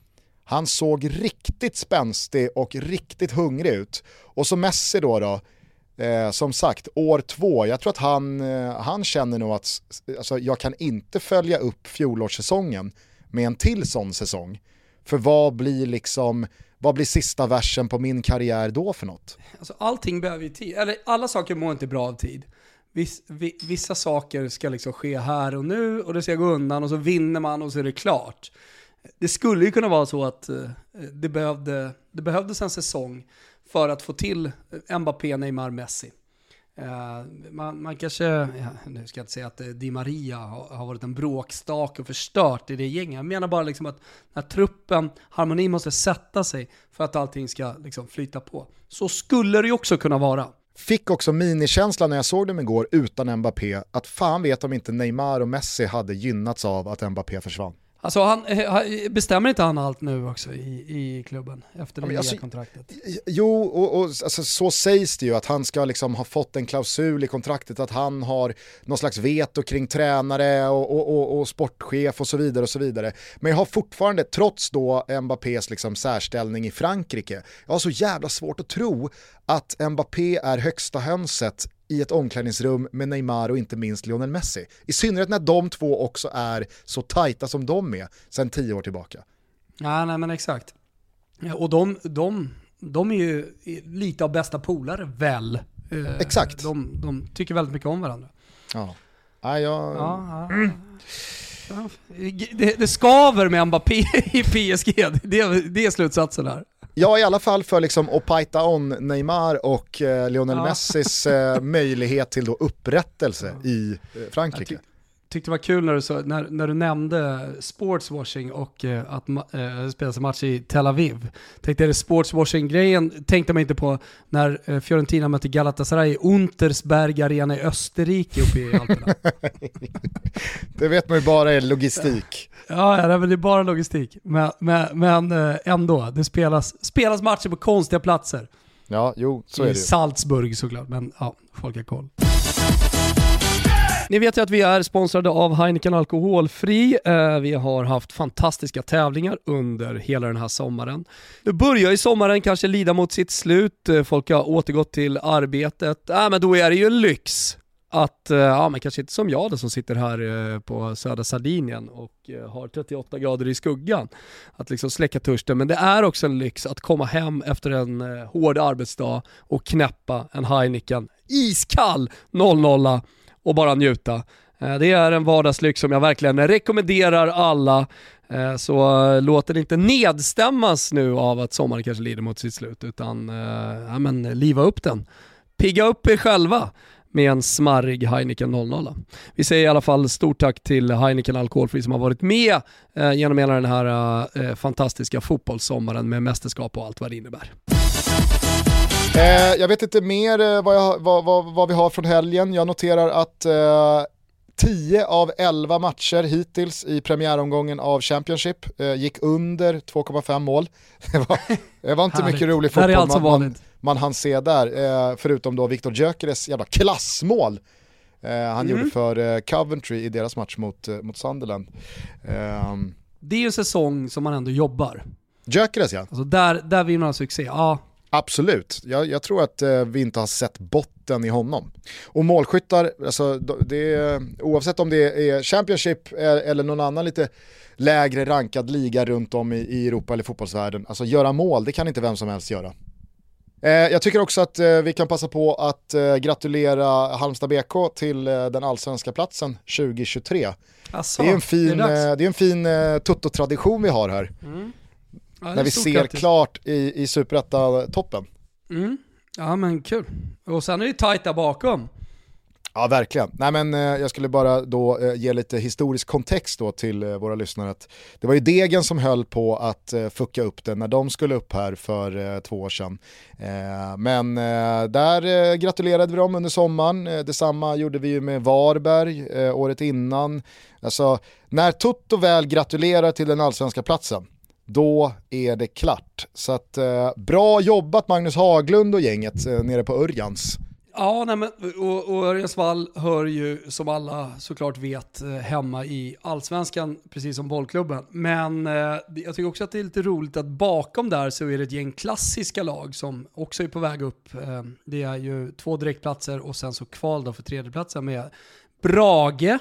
Han såg riktigt spänstig och riktigt hungrig ut. Och så Messi då då. Eh, som sagt, år två. Jag tror att han, eh, han känner nog att alltså, jag kan inte följa upp fjolårssäsongen med en till sån säsong. För vad blir liksom... Vad blir sista versen på min karriär då för något? Alltså, allting behöver ju tid. Eller alla saker mår inte bra av tid. Viss, vissa saker ska liksom ske här och nu och det ska gå undan och så vinner man och så är det klart. Det skulle ju kunna vara så att uh, det, behövde, det behövdes en säsong för att få till Mbappé, Neymar, Messi. Uh, man, man kanske, ja, nu ska jag inte säga att uh, Di Maria har, har varit en bråkstak och förstört i det gänget. Jag menar bara liksom att när truppen, harmoni måste sätta sig för att allting ska liksom flyta på. Så skulle det ju också kunna vara. Fick också minikänslan när jag såg dem igår utan Mbappé att fan vet om inte Neymar och Messi hade gynnats av att Mbappé försvann. Alltså han, bestämmer inte han allt nu också i, i klubben efter det nya alltså, kontraktet? Jo, och, och alltså, så sägs det ju att han ska liksom ha fått en klausul i kontraktet att han har någon slags veto kring tränare och, och, och, och sportchef och så vidare och så vidare. Men jag har fortfarande, trots då Mbappés liksom särställning i Frankrike, jag har så jävla svårt att tro att Mbappé är högsta hönset i ett omklädningsrum med Neymar och inte minst Lionel Messi. I synnerhet när de två också är så tajta som de är sedan tio år tillbaka. Ja, nej men exakt. Ja, och de, de, de är ju lite av bästa polare väl. Exakt. De, de tycker väldigt mycket om varandra. Ja. Ja, jag... ja, ja. Mm. Ja, det, det skaver med Mbappé i P S G. Det, det är slutsatsen här. Ja, i alla fall för liksom att pajta on Neymar och eh, Lionel ja. Messis eh, möjlighet till då upprättelse ja. i eh, Frankrike. Jag ty- tyckte det var kul när du, så, när, när du nämnde sportswashing och eh, att ma- eh, spelas en match i Tel Aviv. Tänkte är det sportswashing-grejen tänkte man inte på när eh, Fiorentina mötte Galatasaray i Untersberg Arena i Österrike uppe i Alperna. Det vet man ju bara är logistik. Ja, ja, det är bara logistik. Men, men, men ändå, det spelas, spelas matcher på konstiga platser. Ja, jo, så är det ju. I Salzburg såklart, men ja, folk har koll. Ni vet ju att vi är sponsrade av Heineken Alkoholfri. Vi har haft fantastiska tävlingar under hela den här sommaren. Nu börjar ju sommaren kanske lida mot sitt slut. Folk har återgått till arbetet. Äh, men då är det ju en lyx att, ja men kanske inte som jag då, som sitter här på södra Sardinien och har trettioåtta grader i skuggan, att liksom släcka törsten. Men det är också en lyx att komma hem efter en hård arbetsdag och knäppa en Heineken iskall noll noll och bara njuta. Det är en vardagslyx som jag verkligen rekommenderar alla. Så låt den inte nedstämmas nu av att sommaren kanske lider mot sitt slut, utan ja, men liva upp den. Pigga upp er själva med en smarrig Heineken noll noll. Vi säger i alla fall stort tack till Heineken Alkoholfri som har varit med eh, genom hela den här eh, fantastiska fotbollssommaren med mästerskap och allt vad det innebär. Eh, jag vet inte mer eh, vad, jag, vad, vad, vad vi har från helgen. Jag noterar att eh, tio av elva matcher hittills i premiäromgången av Championship eh, gick under två komma fem mål. Det var, det var inte mycket rolig fotboll. Det är alltså man, man, man hann se där, eh, förutom då Victor Gyökeres jävla klassmål eh, han mm. gjorde för eh, Coventry i deras match mot, eh, mot Sunderland. Eh, det är ju en säsong som man ändå jobbar. Gyökeres, ja. Alltså där, där vi har succé, ja. Absolut, jag, jag tror att eh, vi inte har sett botten i honom. Och målskyttar, alltså, det är, oavsett om det är Championship eller någon annan lite lägre rankad liga runt om i, i Europa eller fotbollsvärlden, alltså göra mål, det kan inte vem som helst göra. Eh, jag tycker också att eh, vi kan passa på att eh, gratulera Halmstad B K till eh, den allsvenska platsen tjugo tjugotre. Asså, det är en fin, det är eh, det är en fin eh, tutto-tradition vi har här. Mm. Ja, när vi ser grattis. Klart i, i Superetta-toppen. Mm. Ja men kul. Och sen är det tajt där bakom. Ja, verkligen. Nej, men eh, jag skulle bara då eh, ge lite historisk kontext då till eh, våra lyssnare. Att det var ju Degen som höll på att eh, fucka upp det när de skulle upp här för eh, två år sedan. Eh, men eh, där eh, gratulerade vi dem under sommaren. Eh, detsamma gjorde vi ju med Varberg eh, året innan. Alltså, när Toto väl gratulerar till den allsvenska platsen, då är det klart. Så att eh, bra jobbat Magnus Haglund och gänget eh, nere på Örjans. Ja, nej men, och, och Örjansvall hör ju som alla såklart vet hemma i Allsvenskan, precis som bollklubben. Men eh, jag tycker också att det är lite roligt att bakom där så är det ett gäng klassiska lag som också är på väg upp. Eh, det är ju två direktplatser och sen så kval då för tredjeplatsen med Brage.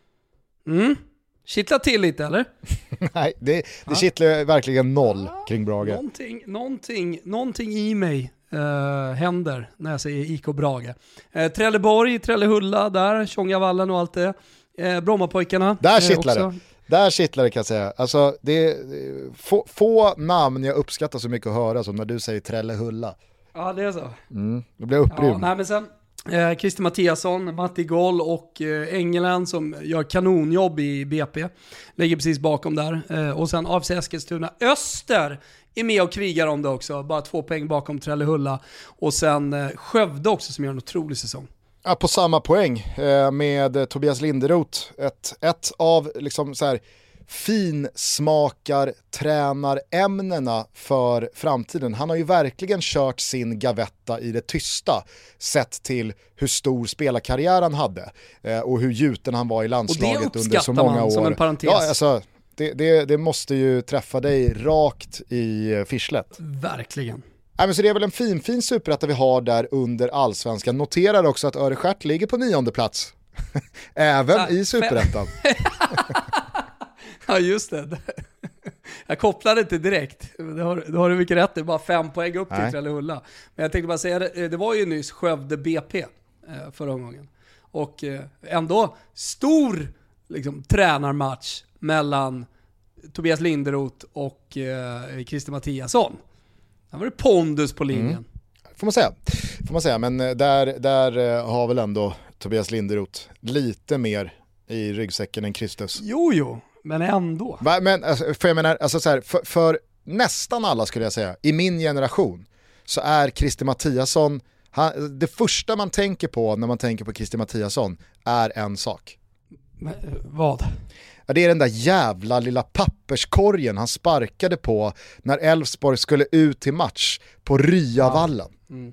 Mm. Kittlar till lite eller? Nej, det, det ja. kittlar verkligen noll kring Brage. Någonting, någonting, någonting i mig Uh, händer när jag säger I K Brage. Uh, Trelleborg, Trellehulla där, Tjongavallen och allt det. Uh, Brommapojkarna. Där kittlar det. Där kittlar det kan jag säga. Alltså, det är få, få namn jag uppskattar så mycket att höra som när du säger Trellehulla. Ja, det är så. Mm, då blir jag upprymd. Ja, nej, men sen eh, Christer Mattiasson, Matti Goll och eh, Engelen som gör kanonjobb i B P. Lägger precis bakom där. Eh, och sen A F C Eskilstuna Öster är med och krigar om det också. Bara två poäng bakom Trellehulla. Och sen eh, Skövde också som gör en otrolig säsong. Ja, på samma poäng eh, med Tobias Linderoth. Ett, ett av liksom så här finsmakar tränarämnena för framtiden. Han har ju verkligen kört sin gavetta i det tysta sett till hur stor spelarkarriär han hade eh, och hur gjuten han var i landslaget under så många år. Som en parentes. Ja, alltså, det, det, det måste ju träffa dig rakt i fischlet. Verkligen. Nej, men så det är väl en fin, fin superrätta vi har där under Allsvenskan. Noterar också att Öreskärt ligger på nionde plats. Även så, i superrättan. Ja, just det. Jag kopplade inte direkt. Det har, det har du mycket rätt. Det är bara fem poäng upp till Trellehulla. Men jag tänkte bara säga, det, det var ju nyss Skövde B P eh, förra gången. Och eh, ändå stor liksom, tränarmatch mellan Tobias Linderoth och eh, Christer Mattiasson. Där var det pondus på linjen. Mm. Får man säga. Får man säga. Men där, där har väl ändå Tobias Linderoth lite mer i ryggsäcken än Christus. Jo, jo. Men ändå. Va, men, för jag menar, alltså så här, för, för nästan alla skulle jag säga, i min generation så är Christer Mattiasson, han, det första man tänker på när man tänker på Christer Mattiasson är en sak. Men, vad? Ja, det är den där jävla lilla papperskorgen han sparkade på när Elfsborg skulle ut till match på Ryavallen. Ja. Mm.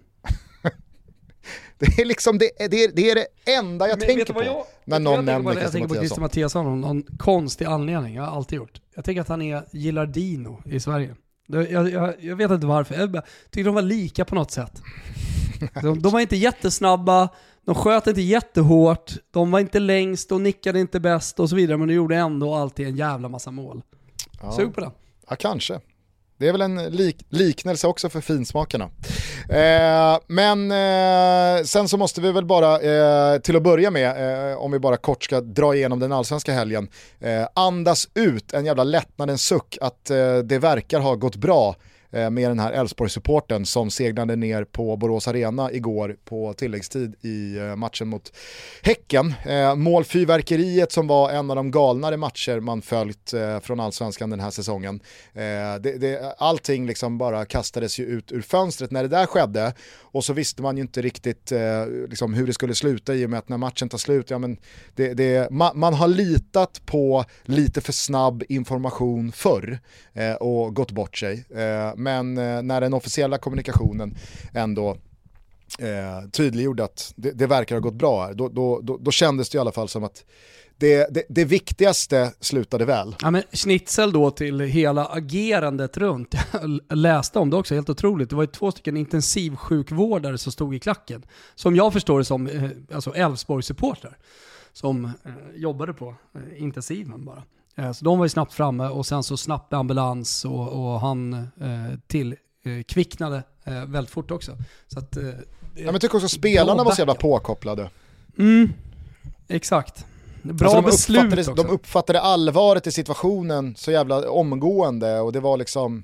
Det är liksom det, det, är, det är det enda jag men, tänker på jag, när någon jag nämner Christer Mattiasson. Jag tänker på Christer Mattiasson av någon konstig anledning. Jag har alltid gjort. Jag tänker att han är Gilardino i Sverige. Jag, jag, jag vet inte varför. Jag tycker de var lika på något sätt. De, de var inte jättesnabba. De sköt inte jättehårt. De var inte längst och nickade inte bäst och så vidare. Men de gjorde ändå alltid en jävla massa mål. Ja. Sug på det. Ja, kanske. Det är väl en lik- liknelse också för finsmakarna. Eh, men eh, sen så måste vi väl bara eh, till att börja med, eh, om vi bara kort ska dra igenom den allsvenska helgen, eh, andas ut en jävla lättnadens suck att eh, det verkar ha gått bra med den här Elfsborg-supporten som seglade ner på Borås Arena igår på tilläggstid i matchen mot Häcken. Eh, målfyrverkeriet som var en av de galnare matcher man följt eh, från Allsvenskan den här säsongen. Eh, det, det, allting liksom bara kastades ju ut ur fönstret när det där skedde och så visste man ju inte riktigt eh, liksom hur det skulle sluta i och med att när matchen tar slut, ja, men det, det, ma- man har litat på lite för snabb information förr eh, och gått bort sig. Eh, Men när den officiella kommunikationen ändå eh, tydliggjorde att det, det verkar ha gått bra här, då, då, då, då kändes det i alla fall som att det, det, det viktigaste slutade väl. Ja, men schnitzel då till hela agerandet runt. Jag läste om det också, helt otroligt. Det var ju två stycken intensivsjukvårdare som stod i klacken. Som jag förstår det som eh, alltså Elfsborg-supportrar som eh, jobbade på eh, intensiven bara. Så de var ju snabbt framme och sen så snabbt ambulans och, och han eh, till eh, kvicknade eh, väldigt fort också. Så att, eh, ja, men tycker också spelarna var så jävla påkopplade. Mm, exakt. Bra alltså de beslut uppfattade, också. De uppfattade allvaret i situationen så jävla omgående och det var liksom,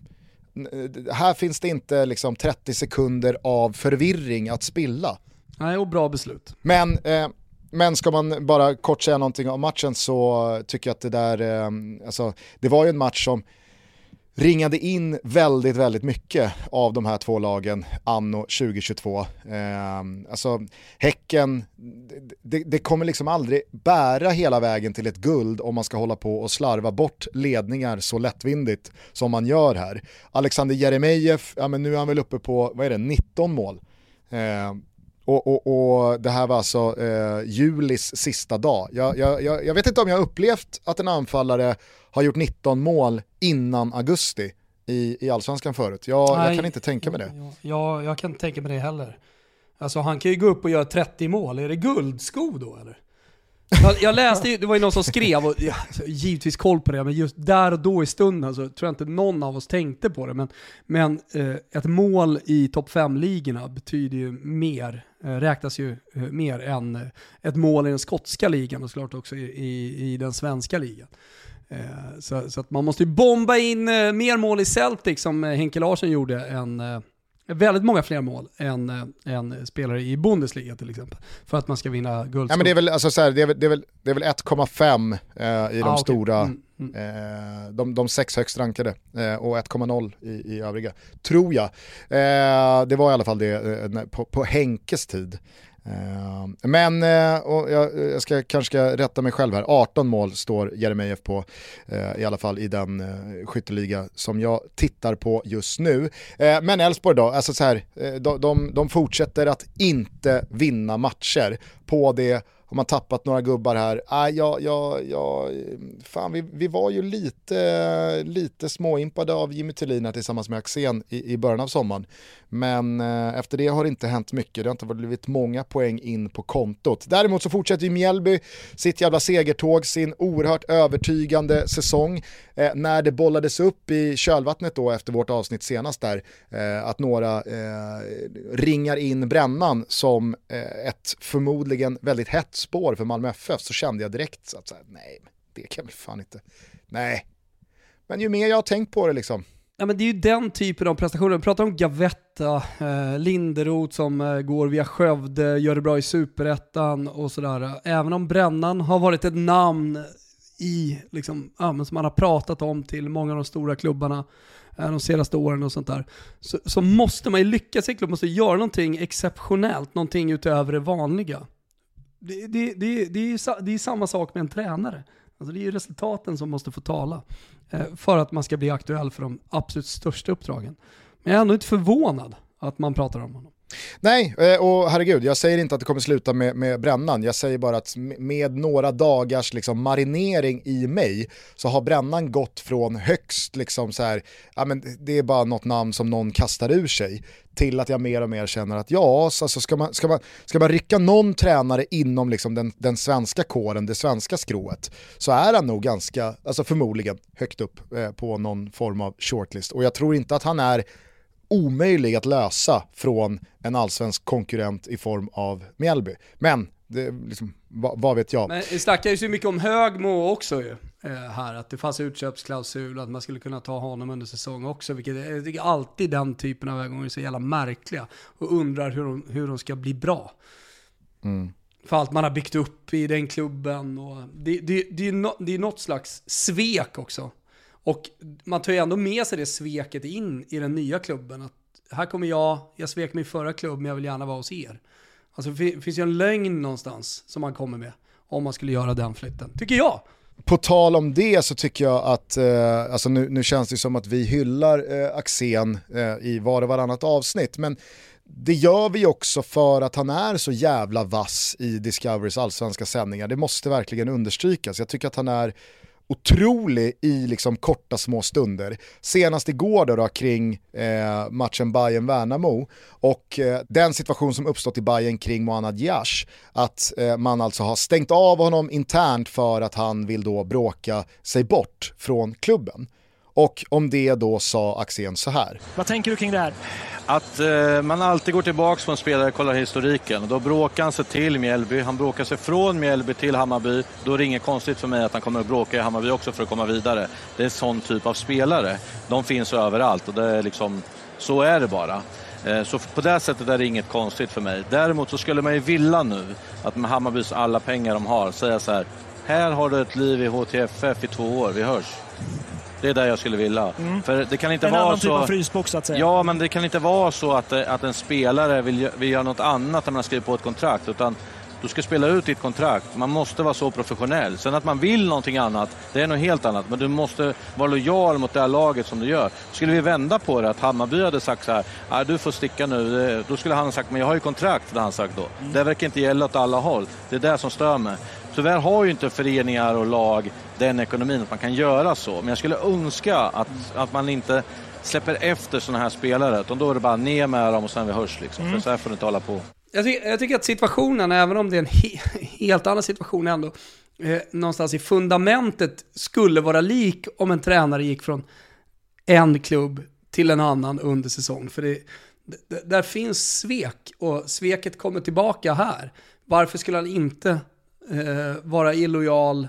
här finns det inte liksom trettio sekunder av förvirring att spilla. Nej, och bra beslut. Men, eh, men ska man bara kort säga någonting om matchen så tycker jag att det där, eh, alltså, det var ju en match som ringade in väldigt, väldigt mycket av de här två lagen anno tjugo tjugotvå. Eh, alltså Häcken, det, det kommer liksom aldrig bära hela vägen till ett guld om man ska hålla på och slarva bort ledningar så lättvindigt som man gör här. Alexander Jeremejeff, ja men nu är han väl uppe på, vad är det, nitton mål. Eh, Och, och, och det här var alltså eh, julis sista dag. Jag, jag, jag, jag vet inte om jag har upplevt att en anfallare har gjort nitton mål innan augusti i, i Allsvenskan förut. Jag, jag kan inte tänka mig det. Jag, jag, jag kan inte tänka mig det heller. Alltså han kan ju gå upp och göra trettio mål. Är det guldsko då eller? Jag, jag läste ju, det var ju någon som skrev, och ja, givetvis koll på det, men just där och då i stunden så tror jag inte någon av oss tänkte på det. Men, men eh, ett mål i topp fem-ligorna betyder ju mer, eh, räknas ju eh, mer än eh, ett mål i den skotska ligan och såklart också i, i, i den svenska ligan. Eh, så, så att man måste ju bomba in eh, mer mål i Celtic som eh, Henke Larsson gjorde än... Eh, väldigt många fler mål än, än spelare i Bundesliga till exempel för att man ska vinna guld. Ja, men det är väl, alltså, så här, det är väl, det är väl, det är väl ett komma fem eh, i de ah, stora, okay. mm, mm. eh, de, de sex högst rankade eh, och ett komma noll i, i övriga, tror jag. Eh, det var i alla fall det eh, på, på Henkes tid. Uh, men uh, och jag, jag ska kanske ska rätta mig själv här. arton mål står Jeremejeff på uh, i alla fall i den uh, skytteliga som jag tittar på just nu. Uh, men Elfsborg då, alltså så här, uh, de, de, de fortsätter att inte vinna matcher på det. Har man tappat några gubbar här? Ah, ja, ja, ja, fan, vi, vi var ju lite, lite småimpade av Jimmy Tillin tillsammans med Axén i, i början av sommaren. Men eh, efter det har det inte hänt mycket. Det har inte blivit många poäng in på kontot. Däremot så fortsätter ju Mjällby sitt jävla segertåg, sin oerhört övertygande säsong. Eh, när det bollades upp i kölvattnet då efter vårt avsnitt senast där, eh, att några eh, ringar in Brännan som eh, ett förmodligen väldigt hett spår för Malmö F F, så kände jag direkt så att så här, nej, det kan vi fan inte. Nej. Men ju mer jag har tänkt på det liksom. Ja, men det är ju den typen av prestationer. Vi pratar om Gavetta, eh, Linderoth som eh, går via Skövde, gör det bra i Superettan och sådär. Även om Brännan har varit ett namn i, liksom, ja, men som man har pratat om till många av de stora klubbarna eh, de senaste åren och sånt där, så, så måste man ju lyckas i klubb, måste göra någonting exceptionellt, någonting utöver det vanliga. Det, det, det, det, är ju, det är samma sak med en tränare. Alltså det är ju resultaten som måste få tala eh, för att man ska bli aktuell för de absolut största uppdragen. Men jag är ändå inte förvånad att man pratar om honom. Nej, och herregud, jag säger inte att det kommer sluta med, med Brännan. Jag säger bara att med några dagars liksom marinering i mig så har Brännan gått från högst liksom så här, ja men det är bara något namn som någon kastar ur sig, till att jag mer och mer känner att ja, alltså ska man, ska man, ska man rycka någon tränare inom liksom den, den svenska kåren, det svenska skrået, så är han nog ganska, alltså förmodligen högt upp eh, på någon form av shortlist. Och jag tror inte att han är omöjlig att lösa från en allsvensk konkurrent i form av Mjällby. Men det, liksom, vad, vad vet jag? Men det snackar ju så mycket om Högmo också ju, eh, här, att det fanns utköpsklausul, att man skulle kunna ta honom under säsong också, vilket är alltid den typen av övergångar är så jävla märkliga och undrar hur de, hur de ska bli bra. Mm. För allt man har byggt upp i den klubben och det, det, det, är, no, det är något slags svek också. Och man tar ju ändå med sig det sveket in i den nya klubben. Att här kommer jag, jag svek min förra klubb men jag vill gärna vara hos er. Alltså det finns ju en lögn någonstans som man kommer med om man skulle göra den flytten, tycker jag. På tal om det så tycker jag att eh, alltså nu, nu känns det som att vi hyllar eh, Axén eh, i var och varannat avsnitt. Men det gör vi också för att han är så jävla vass i Discoverys allsvenska sändningar. Det måste verkligen understrykas. Jag tycker att han är otrolig i liksom korta små stunder. Senast igår då, då kring eh, matchen Bayern-Värnamo och eh, den situation som uppstått i Bayern kring Mohamed Diash, att eh, man alltså har stängt av honom internt för att han vill då bråka sig bort från klubben. Och om det då sa Axén så här. Vad tänker du kring det här? Att eh, man alltid går tillbaka på en spelare och kollar historiken. Då bråkar han sig till Mjällby, han bråkar sig från Mjällby till Hammarby. Då är det inget konstigt för mig att han kommer att bråka i Hammarby också för att komma vidare. Det är en sån typ av spelare. De finns överallt och det är liksom, så är det bara. Eh, så på det sättet är det inget konstigt för mig. Däremot så skulle man ju vilja nu att med Hammarbys alla pengar de har säga så här: här har du ett liv i H T F F i två år, vi hörs. Det är där jag skulle vilja. Mm. För det kan inte en vara annan så... typ av frysbox att säga. Ja, men det kan inte vara så att, att en spelare vill, vill göra något annat när man skriver på ett kontrakt. Utan du ska spela ut ditt kontrakt. Man måste vara så professionell. Sen att man vill någonting annat, det är något helt annat. Men du måste vara lojal mot det här laget som du gör. Skulle vi vända på det, att Hammarby hade sagt så här: ah, du får sticka nu. Då skulle han ha sagt, men jag har ju kontrakt, det han sagt då. Mm. Det verkar inte gälla åt alla håll. Det är det som stör mig. Tyvärr har ju inte föreningar och lag den ekonomin att man kan göra så. Men jag skulle önska att, att man inte släpper efter sådana här spelare. Utan då är det bara ner med dem och sen vi hörs. Liksom. Mm. För så här får det inte hålla på. Jag tycker, jag tycker att situationen, även om det är en he- helt annan situation ändå, eh, någonstans i fundamentet skulle vara lik om en tränare gick från en klubb till en annan under säsong. För det, d- där finns svek och sveket kommer tillbaka här. Varför skulle han inte eh, vara illojal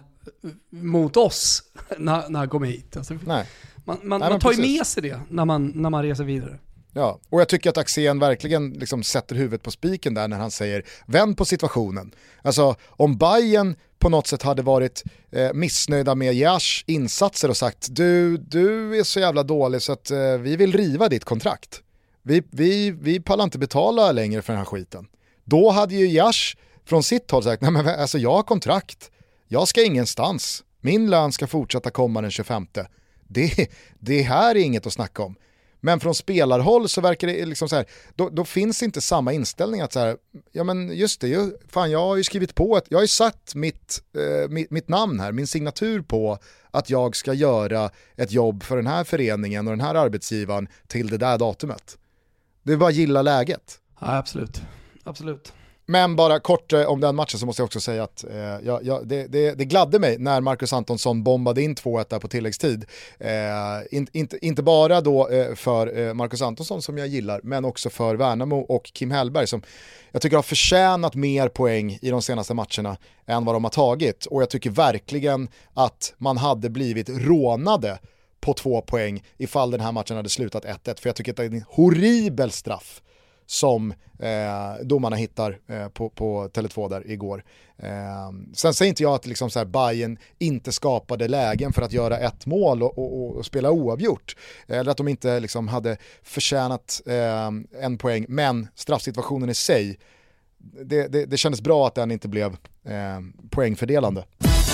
mot oss när, när han kommer hit? Alltså, Nej. Man, man, Nej, man tar ju precis. med sig det när man, när man reser vidare. Ja, och jag tycker att Axén verkligen liksom sätter huvudet på spiken där när han säger vänd på situationen. Alltså om Bayern på något sätt hade varit eh, missnöjda med Jers insatser och sagt du, du är så jävla dålig så att eh, vi vill riva ditt kontrakt. Vi, vi, vi pallar inte betala längre för den här skiten. Då hade ju Jers från sitt håll sagt, nej men alltså jag har kontrakt. Jag ska ingenstans. Min lön ska fortsätta komma den tjugofemte. Det, det här är inget att snacka om. Men från spelarhåll så verkar det liksom så här, då, då finns inte samma inställning att så här, ja men just det, ju, fan jag har ju skrivit på ett, jag har ju satt mitt, eh, mitt, mitt namn här, min signatur på att jag ska göra ett jobb för den här föreningen och den här arbetsgivaren till det där datumet. Det är bara att gilla läget. Ja, absolut. Absolut. Men bara kort eh, om den matchen så måste jag också säga att eh, jag, jag, det, det, det gladde mig när Marcus Antonsson bombade in två ett där på tilläggstid. Eh, in, inte, inte bara då eh, för eh, Marcus Antonsson som jag gillar, men också för Värnamo och Kim Hellberg som jag tycker har förtjänat mer poäng i de senaste matcherna än vad de har tagit. Och jag tycker verkligen att man hade blivit rånade på två poäng ifall den här matchen hade slutat ett ett. För jag tycker att det är en horribel straff som eh, domarna hittar eh, på, på Tele två där igår. Eh, sen säger inte jag att liksom så här Bayern inte skapade lägen för att göra ett mål och, och, och spela oavgjort. Eller att de inte liksom hade förtjänat eh, en poäng. Men straffsituationen i sig, det, det, det kändes bra att den inte blev eh, poängfördelande.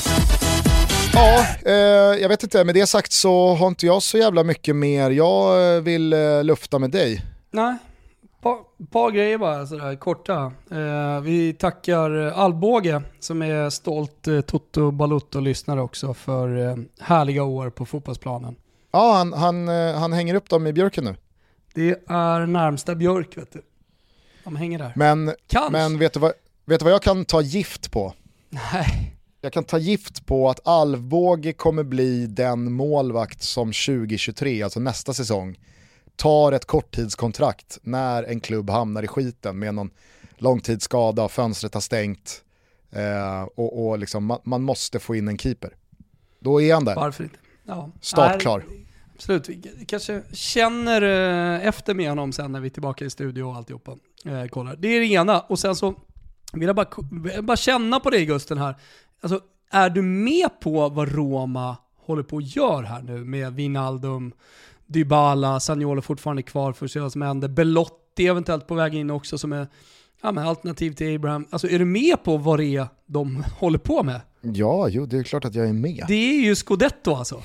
Ja, eh, jag vet inte. Med det sagt så har inte jag så jävla mycket mer jag vill eh, lufta med dig. Nej. Ett par grejer bara sådär korta. Eh, vi tackar Alvbåge som är stolt eh, Toto Balutto-lyssnare också för eh, härliga år på fotbollsplanen. Ja, han, han, eh, han hänger upp dem i björken nu. Det är närmsta björk, vet du. De hänger där. Men, men vet, du vad, vet du vad jag kan ta gift på? Nej. Jag kan ta gift på att Alvbåge kommer bli den målvakt som tjugo tjugotre, alltså nästa säsong, tar ett korttidskontrakt när en klubb hamnar i skiten med någon långtidsskada, fönstret har stängt eh, och, och liksom man, man måste få in en keeper. Då är han där. Varför inte? Ja. Startklar. Nej, absolut. Vi kanske känner eh, efter med honom sen när vi är tillbaka i studio och alltihopa. Eh, kollar. Det är det ena. Och sen så vill jag bara, bara känna på dig, Gusten, här. Alltså, är du med på vad Roma håller på att göra här nu med Wijnaldum, Dybala, Zaniolo fortfarande kvar för att se vad som händer, Belotti eventuellt på väg in också som är ja, men alternativ till Abraham. Alltså är du med på vad det är de håller på med? Ja, jo, det är klart att jag är med. Det är ju Scudetto alltså.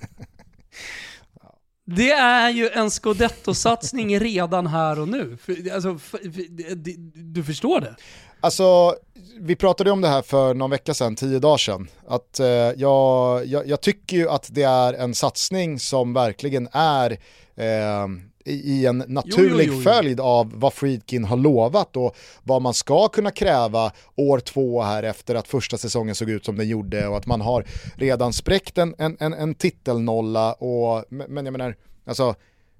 Det är ju en Scudetto-satsning redan här och nu. För, alltså, för, för, du förstår det? Alltså, vi pratade om det här för någon vecka sedan, tio dagar sedan. Att, eh, jag, jag, jag tycker ju att det är en satsning som verkligen är eh, i en naturlig jo, jo, jo. följd av vad Friedkin har lovat och vad man ska kunna kräva år två här efter att första säsongen såg ut som den gjorde och att man har redan spräckt en, en, en, en titelnolla och, men jag menar, alltså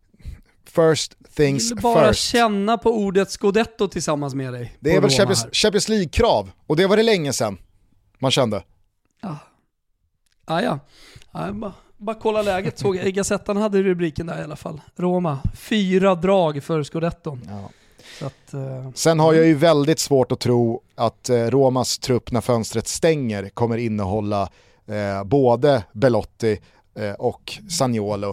first things jag vill bara first. känna på ordet Scudetto tillsammans med dig. Det är väl Champions, Champions League-krav och det var det länge sedan man kände. Ja, ah, ja. Ah, bara, bara kolla läget. Såg jag i Gazettan hade rubriken där i alla fall. Roma, fyra drag för Scudetto. Ja. Så att, uh, Sen har jag ju väldigt svårt att tro att eh, Romas trupp när fönstret stänger kommer innehålla eh, både Belotti eh, och Zaniolo.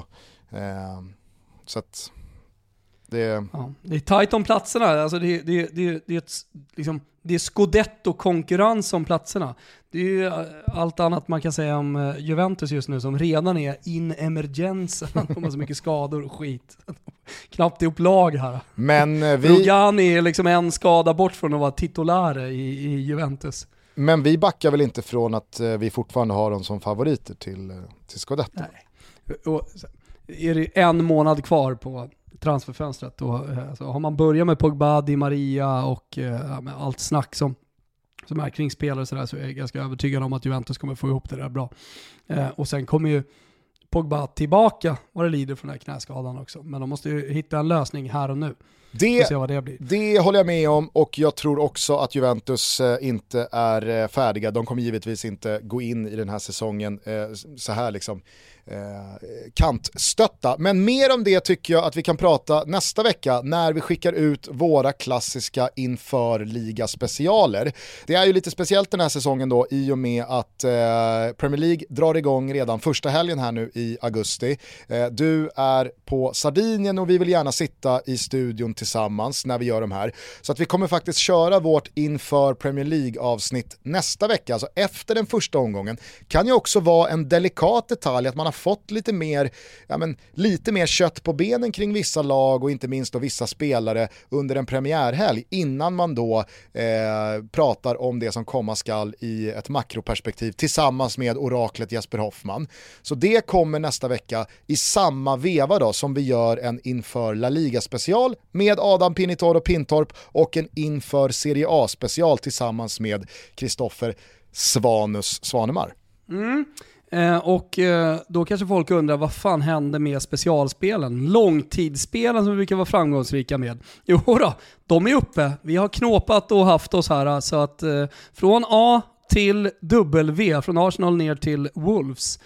Eh, så att det... Ja, det är tajt om platserna. Alltså det, det, det, det, är ett, liksom, det är Scudetto-konkurrens om platserna. Det är ju allt annat man kan säga om Juventus just nu som redan är in emergenza. De har så mycket skador och skit. Knappt ihop lag här. Men vi... Rugani är liksom en skada bort från att vara titulare i, i Juventus. Men vi backar väl inte från att vi fortfarande har dem som favoriter till, till Scudetto? Nej. Och är det en månad kvar på transferfönstret och alltså, har man börjat med Pogba, Di Maria och ja, med allt snack som, som är kring spelare så, där, så är jag ganska övertygad om att Juventus kommer få ihop det där bra. Eh, och sen kommer ju Pogba tillbaka vad det lider från den här knäskadan också. Men de måste ju hitta en lösning här och nu. Det, se vad det, blir. det håller jag med om och jag tror också att Juventus eh, inte är eh, färdiga. De kommer givetvis inte gå in i den här säsongen eh, så här liksom eh, kantstötta. Men mer om det tycker jag att vi kan prata nästa vecka när vi skickar ut våra klassiska inför ligaspecialer. Det är ju lite speciellt den här säsongen då i och med att eh, Premier League drar igång redan första helgen här nu i augusti. Eh, du är på Sardinien och vi vill gärna sitta i studion tillsammans när vi gör de här. Så att vi kommer faktiskt köra vårt inför Premier League-avsnitt nästa vecka, alltså efter den första omgången. Kan ju också vara en delikat detalj att man har fått lite mer, ja men, lite mer kött på benen kring vissa lag och inte minst då vissa spelare under en premiärhelg innan man då eh, pratar om det som komma skall i ett makroperspektiv tillsammans med oraklet Jesper Hoffman. Så det kommer nästa vecka i samma veva då som vi gör en inför La Liga-special med Adam Pinitoro Pintorp och en inför Serie A-special tillsammans med Kristoffer Svanus Svanemar. Mm. Eh, och eh, då kanske folk undrar vad fan hände med specialspelen? Långtidsspelen som vi brukar vara framgångsrika med. Jo då, de är uppe. Vi har knåpat och haft oss här så att eh, från A till W, från Arsenal ner till Wolves,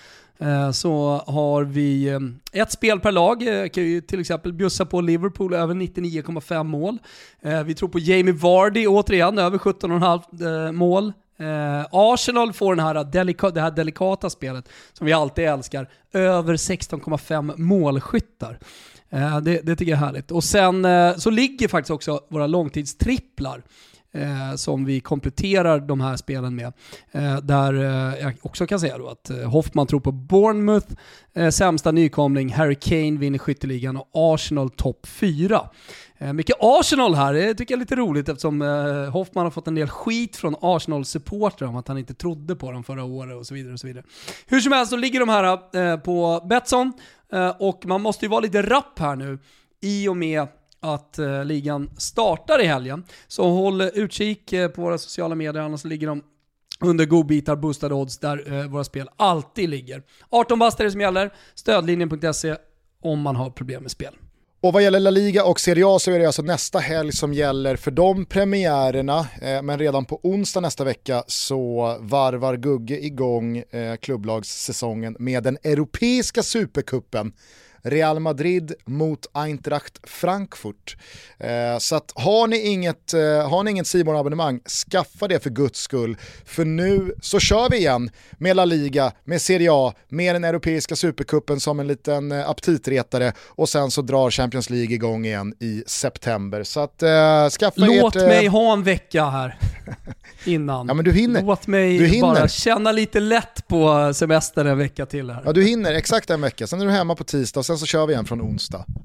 så har vi ett spel per lag. Kan ju till exempel bjussa på Liverpool över nittionio komma fem mål. Vi tror på Jamie Vardy återigen över sjutton komma fem mål. Arsenal får den här delika- det här delikata spelet som vi alltid älskar, över sexton komma fem målskyttar. Det, det tycker jag är härligt. Och sen så ligger faktiskt också våra långtidstripplar Eh, som vi kompletterar de här spelen med. Eh, där eh, jag också kan säga då att eh, Hoffman tror på Bournemouth, eh, sämsta nykomling, Harry Kane vinner skytteligan och Arsenal topp fyra. Eh, mycket Arsenal här, det tycker jag är lite roligt eftersom eh, Hoffman har fått en del skit från Arsenal-supportrar om att han inte trodde på dem förra året och så vidare och så vidare. Hur som helst så ligger de här eh, på Betsson eh, och man måste ju vara lite rapp här nu i och med att eh, ligan startar i helgen. Så håll utkik eh, på våra sociala medier, annars ligger de under godbitar, boostade odds där eh, våra spel alltid ligger. arton bast är det som gäller, stödlinjen punkt se om man har problem med spel. Och vad gäller La Liga och Serie A så är det alltså nästa helg som gäller för de premiärerna. Eh, men redan på onsdag nästa vecka så varvar Gugge igång eh, klubblagssäsongen med den europeiska supercupen. Real Madrid mot Eintracht Frankfurt. Eh, så att har ni inget, eh, har ni inget C More-abonnemang, skaffa det för guds skull. För nu så kör vi igen med La Liga, med Serie A, med den europeiska supercupen som en liten eh, aptitretare och sen så drar Champions League igång igen i september. Så att eh, skaffa Låt ert, mig eh... ha en vecka här innan. Ja, men du hinner. Låt mig du hinner. bara känna lite lätt på semester en vecka till här. Ja, du hinner exakt en vecka. Sen är du hemma på tisdag och sen så kör vi igen från onsdag.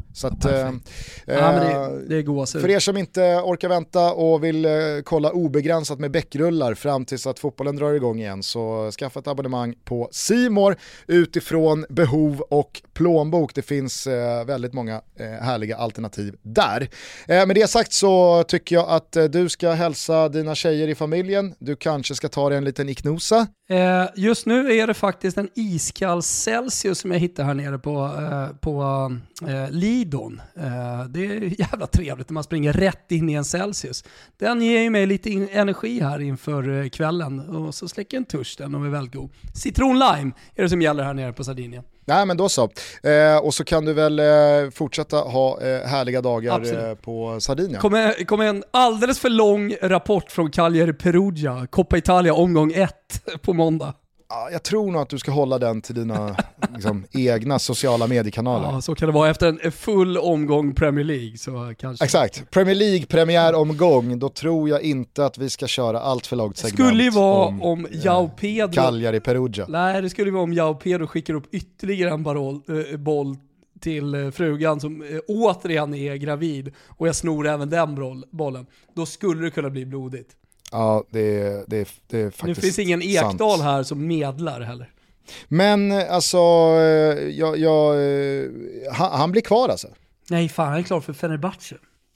Så att, eh, ja, men det, det är gåshud. För er som inte orkar vänta och vill eh, kolla obegränsat med bäckrullar fram tills att fotbollen drar igång igen, så skaffa ett abonnemang på C More utifrån behov och plånbok. Det finns eh, väldigt många eh, härliga alternativ där. Eh, med det sagt så tycker jag att eh, du ska hälsa dina tjejer i familjen. Du kanske ska ta dig en liten iknosa. Eh, just nu är det faktiskt en iskall Celsius som jag hittar här nere på, eh, på eh, Lidon. Eh, det är jävla trevligt när man springer rätt in i en Celsius. Den ger ju mig lite in- energi här inför eh, kvällen, och så släcker en törsten och är väldigt god. Citron lime är det som gäller här nere på Sardinien. Nej, men då så. Eh, och så kan du väl eh, fortsätta ha eh, härliga dagar eh, på Sardinien. Kommer kom en alldeles för lång rapport från Cagliari Perugia, Coppa Italia omgång ett på måndag. Ja, jag tror nog att du ska hålla den till dina liksom, egna sociala mediekanaler. Ja, så kan det vara efter en full omgång Premier League. Så kanske. Exakt, Premier League premiäromgång, då tror jag inte att vi ska köra allt för långt segment. Det skulle ju vara om, om João Pedro... Cagliari Perugia. Nej, det skulle ju vara om João Pedro skickar upp ytterligare en baroll, äh, boll till äh, frugan som äh, återigen är gravid, och jag snor även den boll, bollen. Då skulle det kunna bli blodigt. Ja, det, det, det är faktiskt Nu finns ingen Ekdal sant. här som medlar heller. Men alltså, jag, jag, han, han blir kvar alltså? Nej, fan, han är klar för Fenerbahce.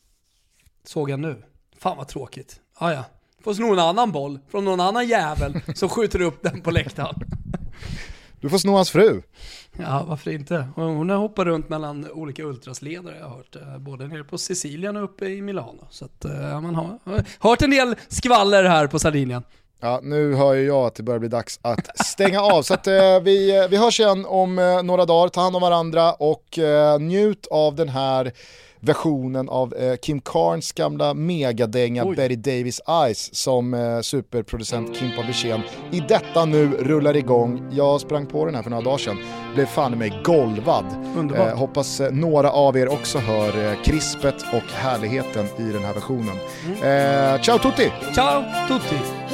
Såg jag nu. Fan vad tråkigt. Ah, ja. Får sno en annan boll från någon annan jävel som skjuter upp den på läktaren. Du får sno hans fru. Ja, varför inte? Hon har hoppat runt mellan olika ultrasledare, jag har hört. Både nere på Sicilien och uppe i Milano. Så att ja, man har hört en del skvaller här på Sardinien. Ja, nu hör ju jag att det börjar bli dags att stänga av. Så att eh, vi, vi hörs igen om eh, några dagar. Ta hand om varandra och eh, njut av den här versionen av eh, Kim Carnes gamla megadänga Oj. Betty Davis Eyes som eh, superproducent Kimpa Wirsén i detta nu rullar igång. Jag sprang på den här för några dagar sedan. Blev fan i mig golvad. Underbart. Eh, hoppas eh, några av er också hör eh, krispet och härligheten i den här versionen. Mm. Eh, ciao tutti! Ciao tutti!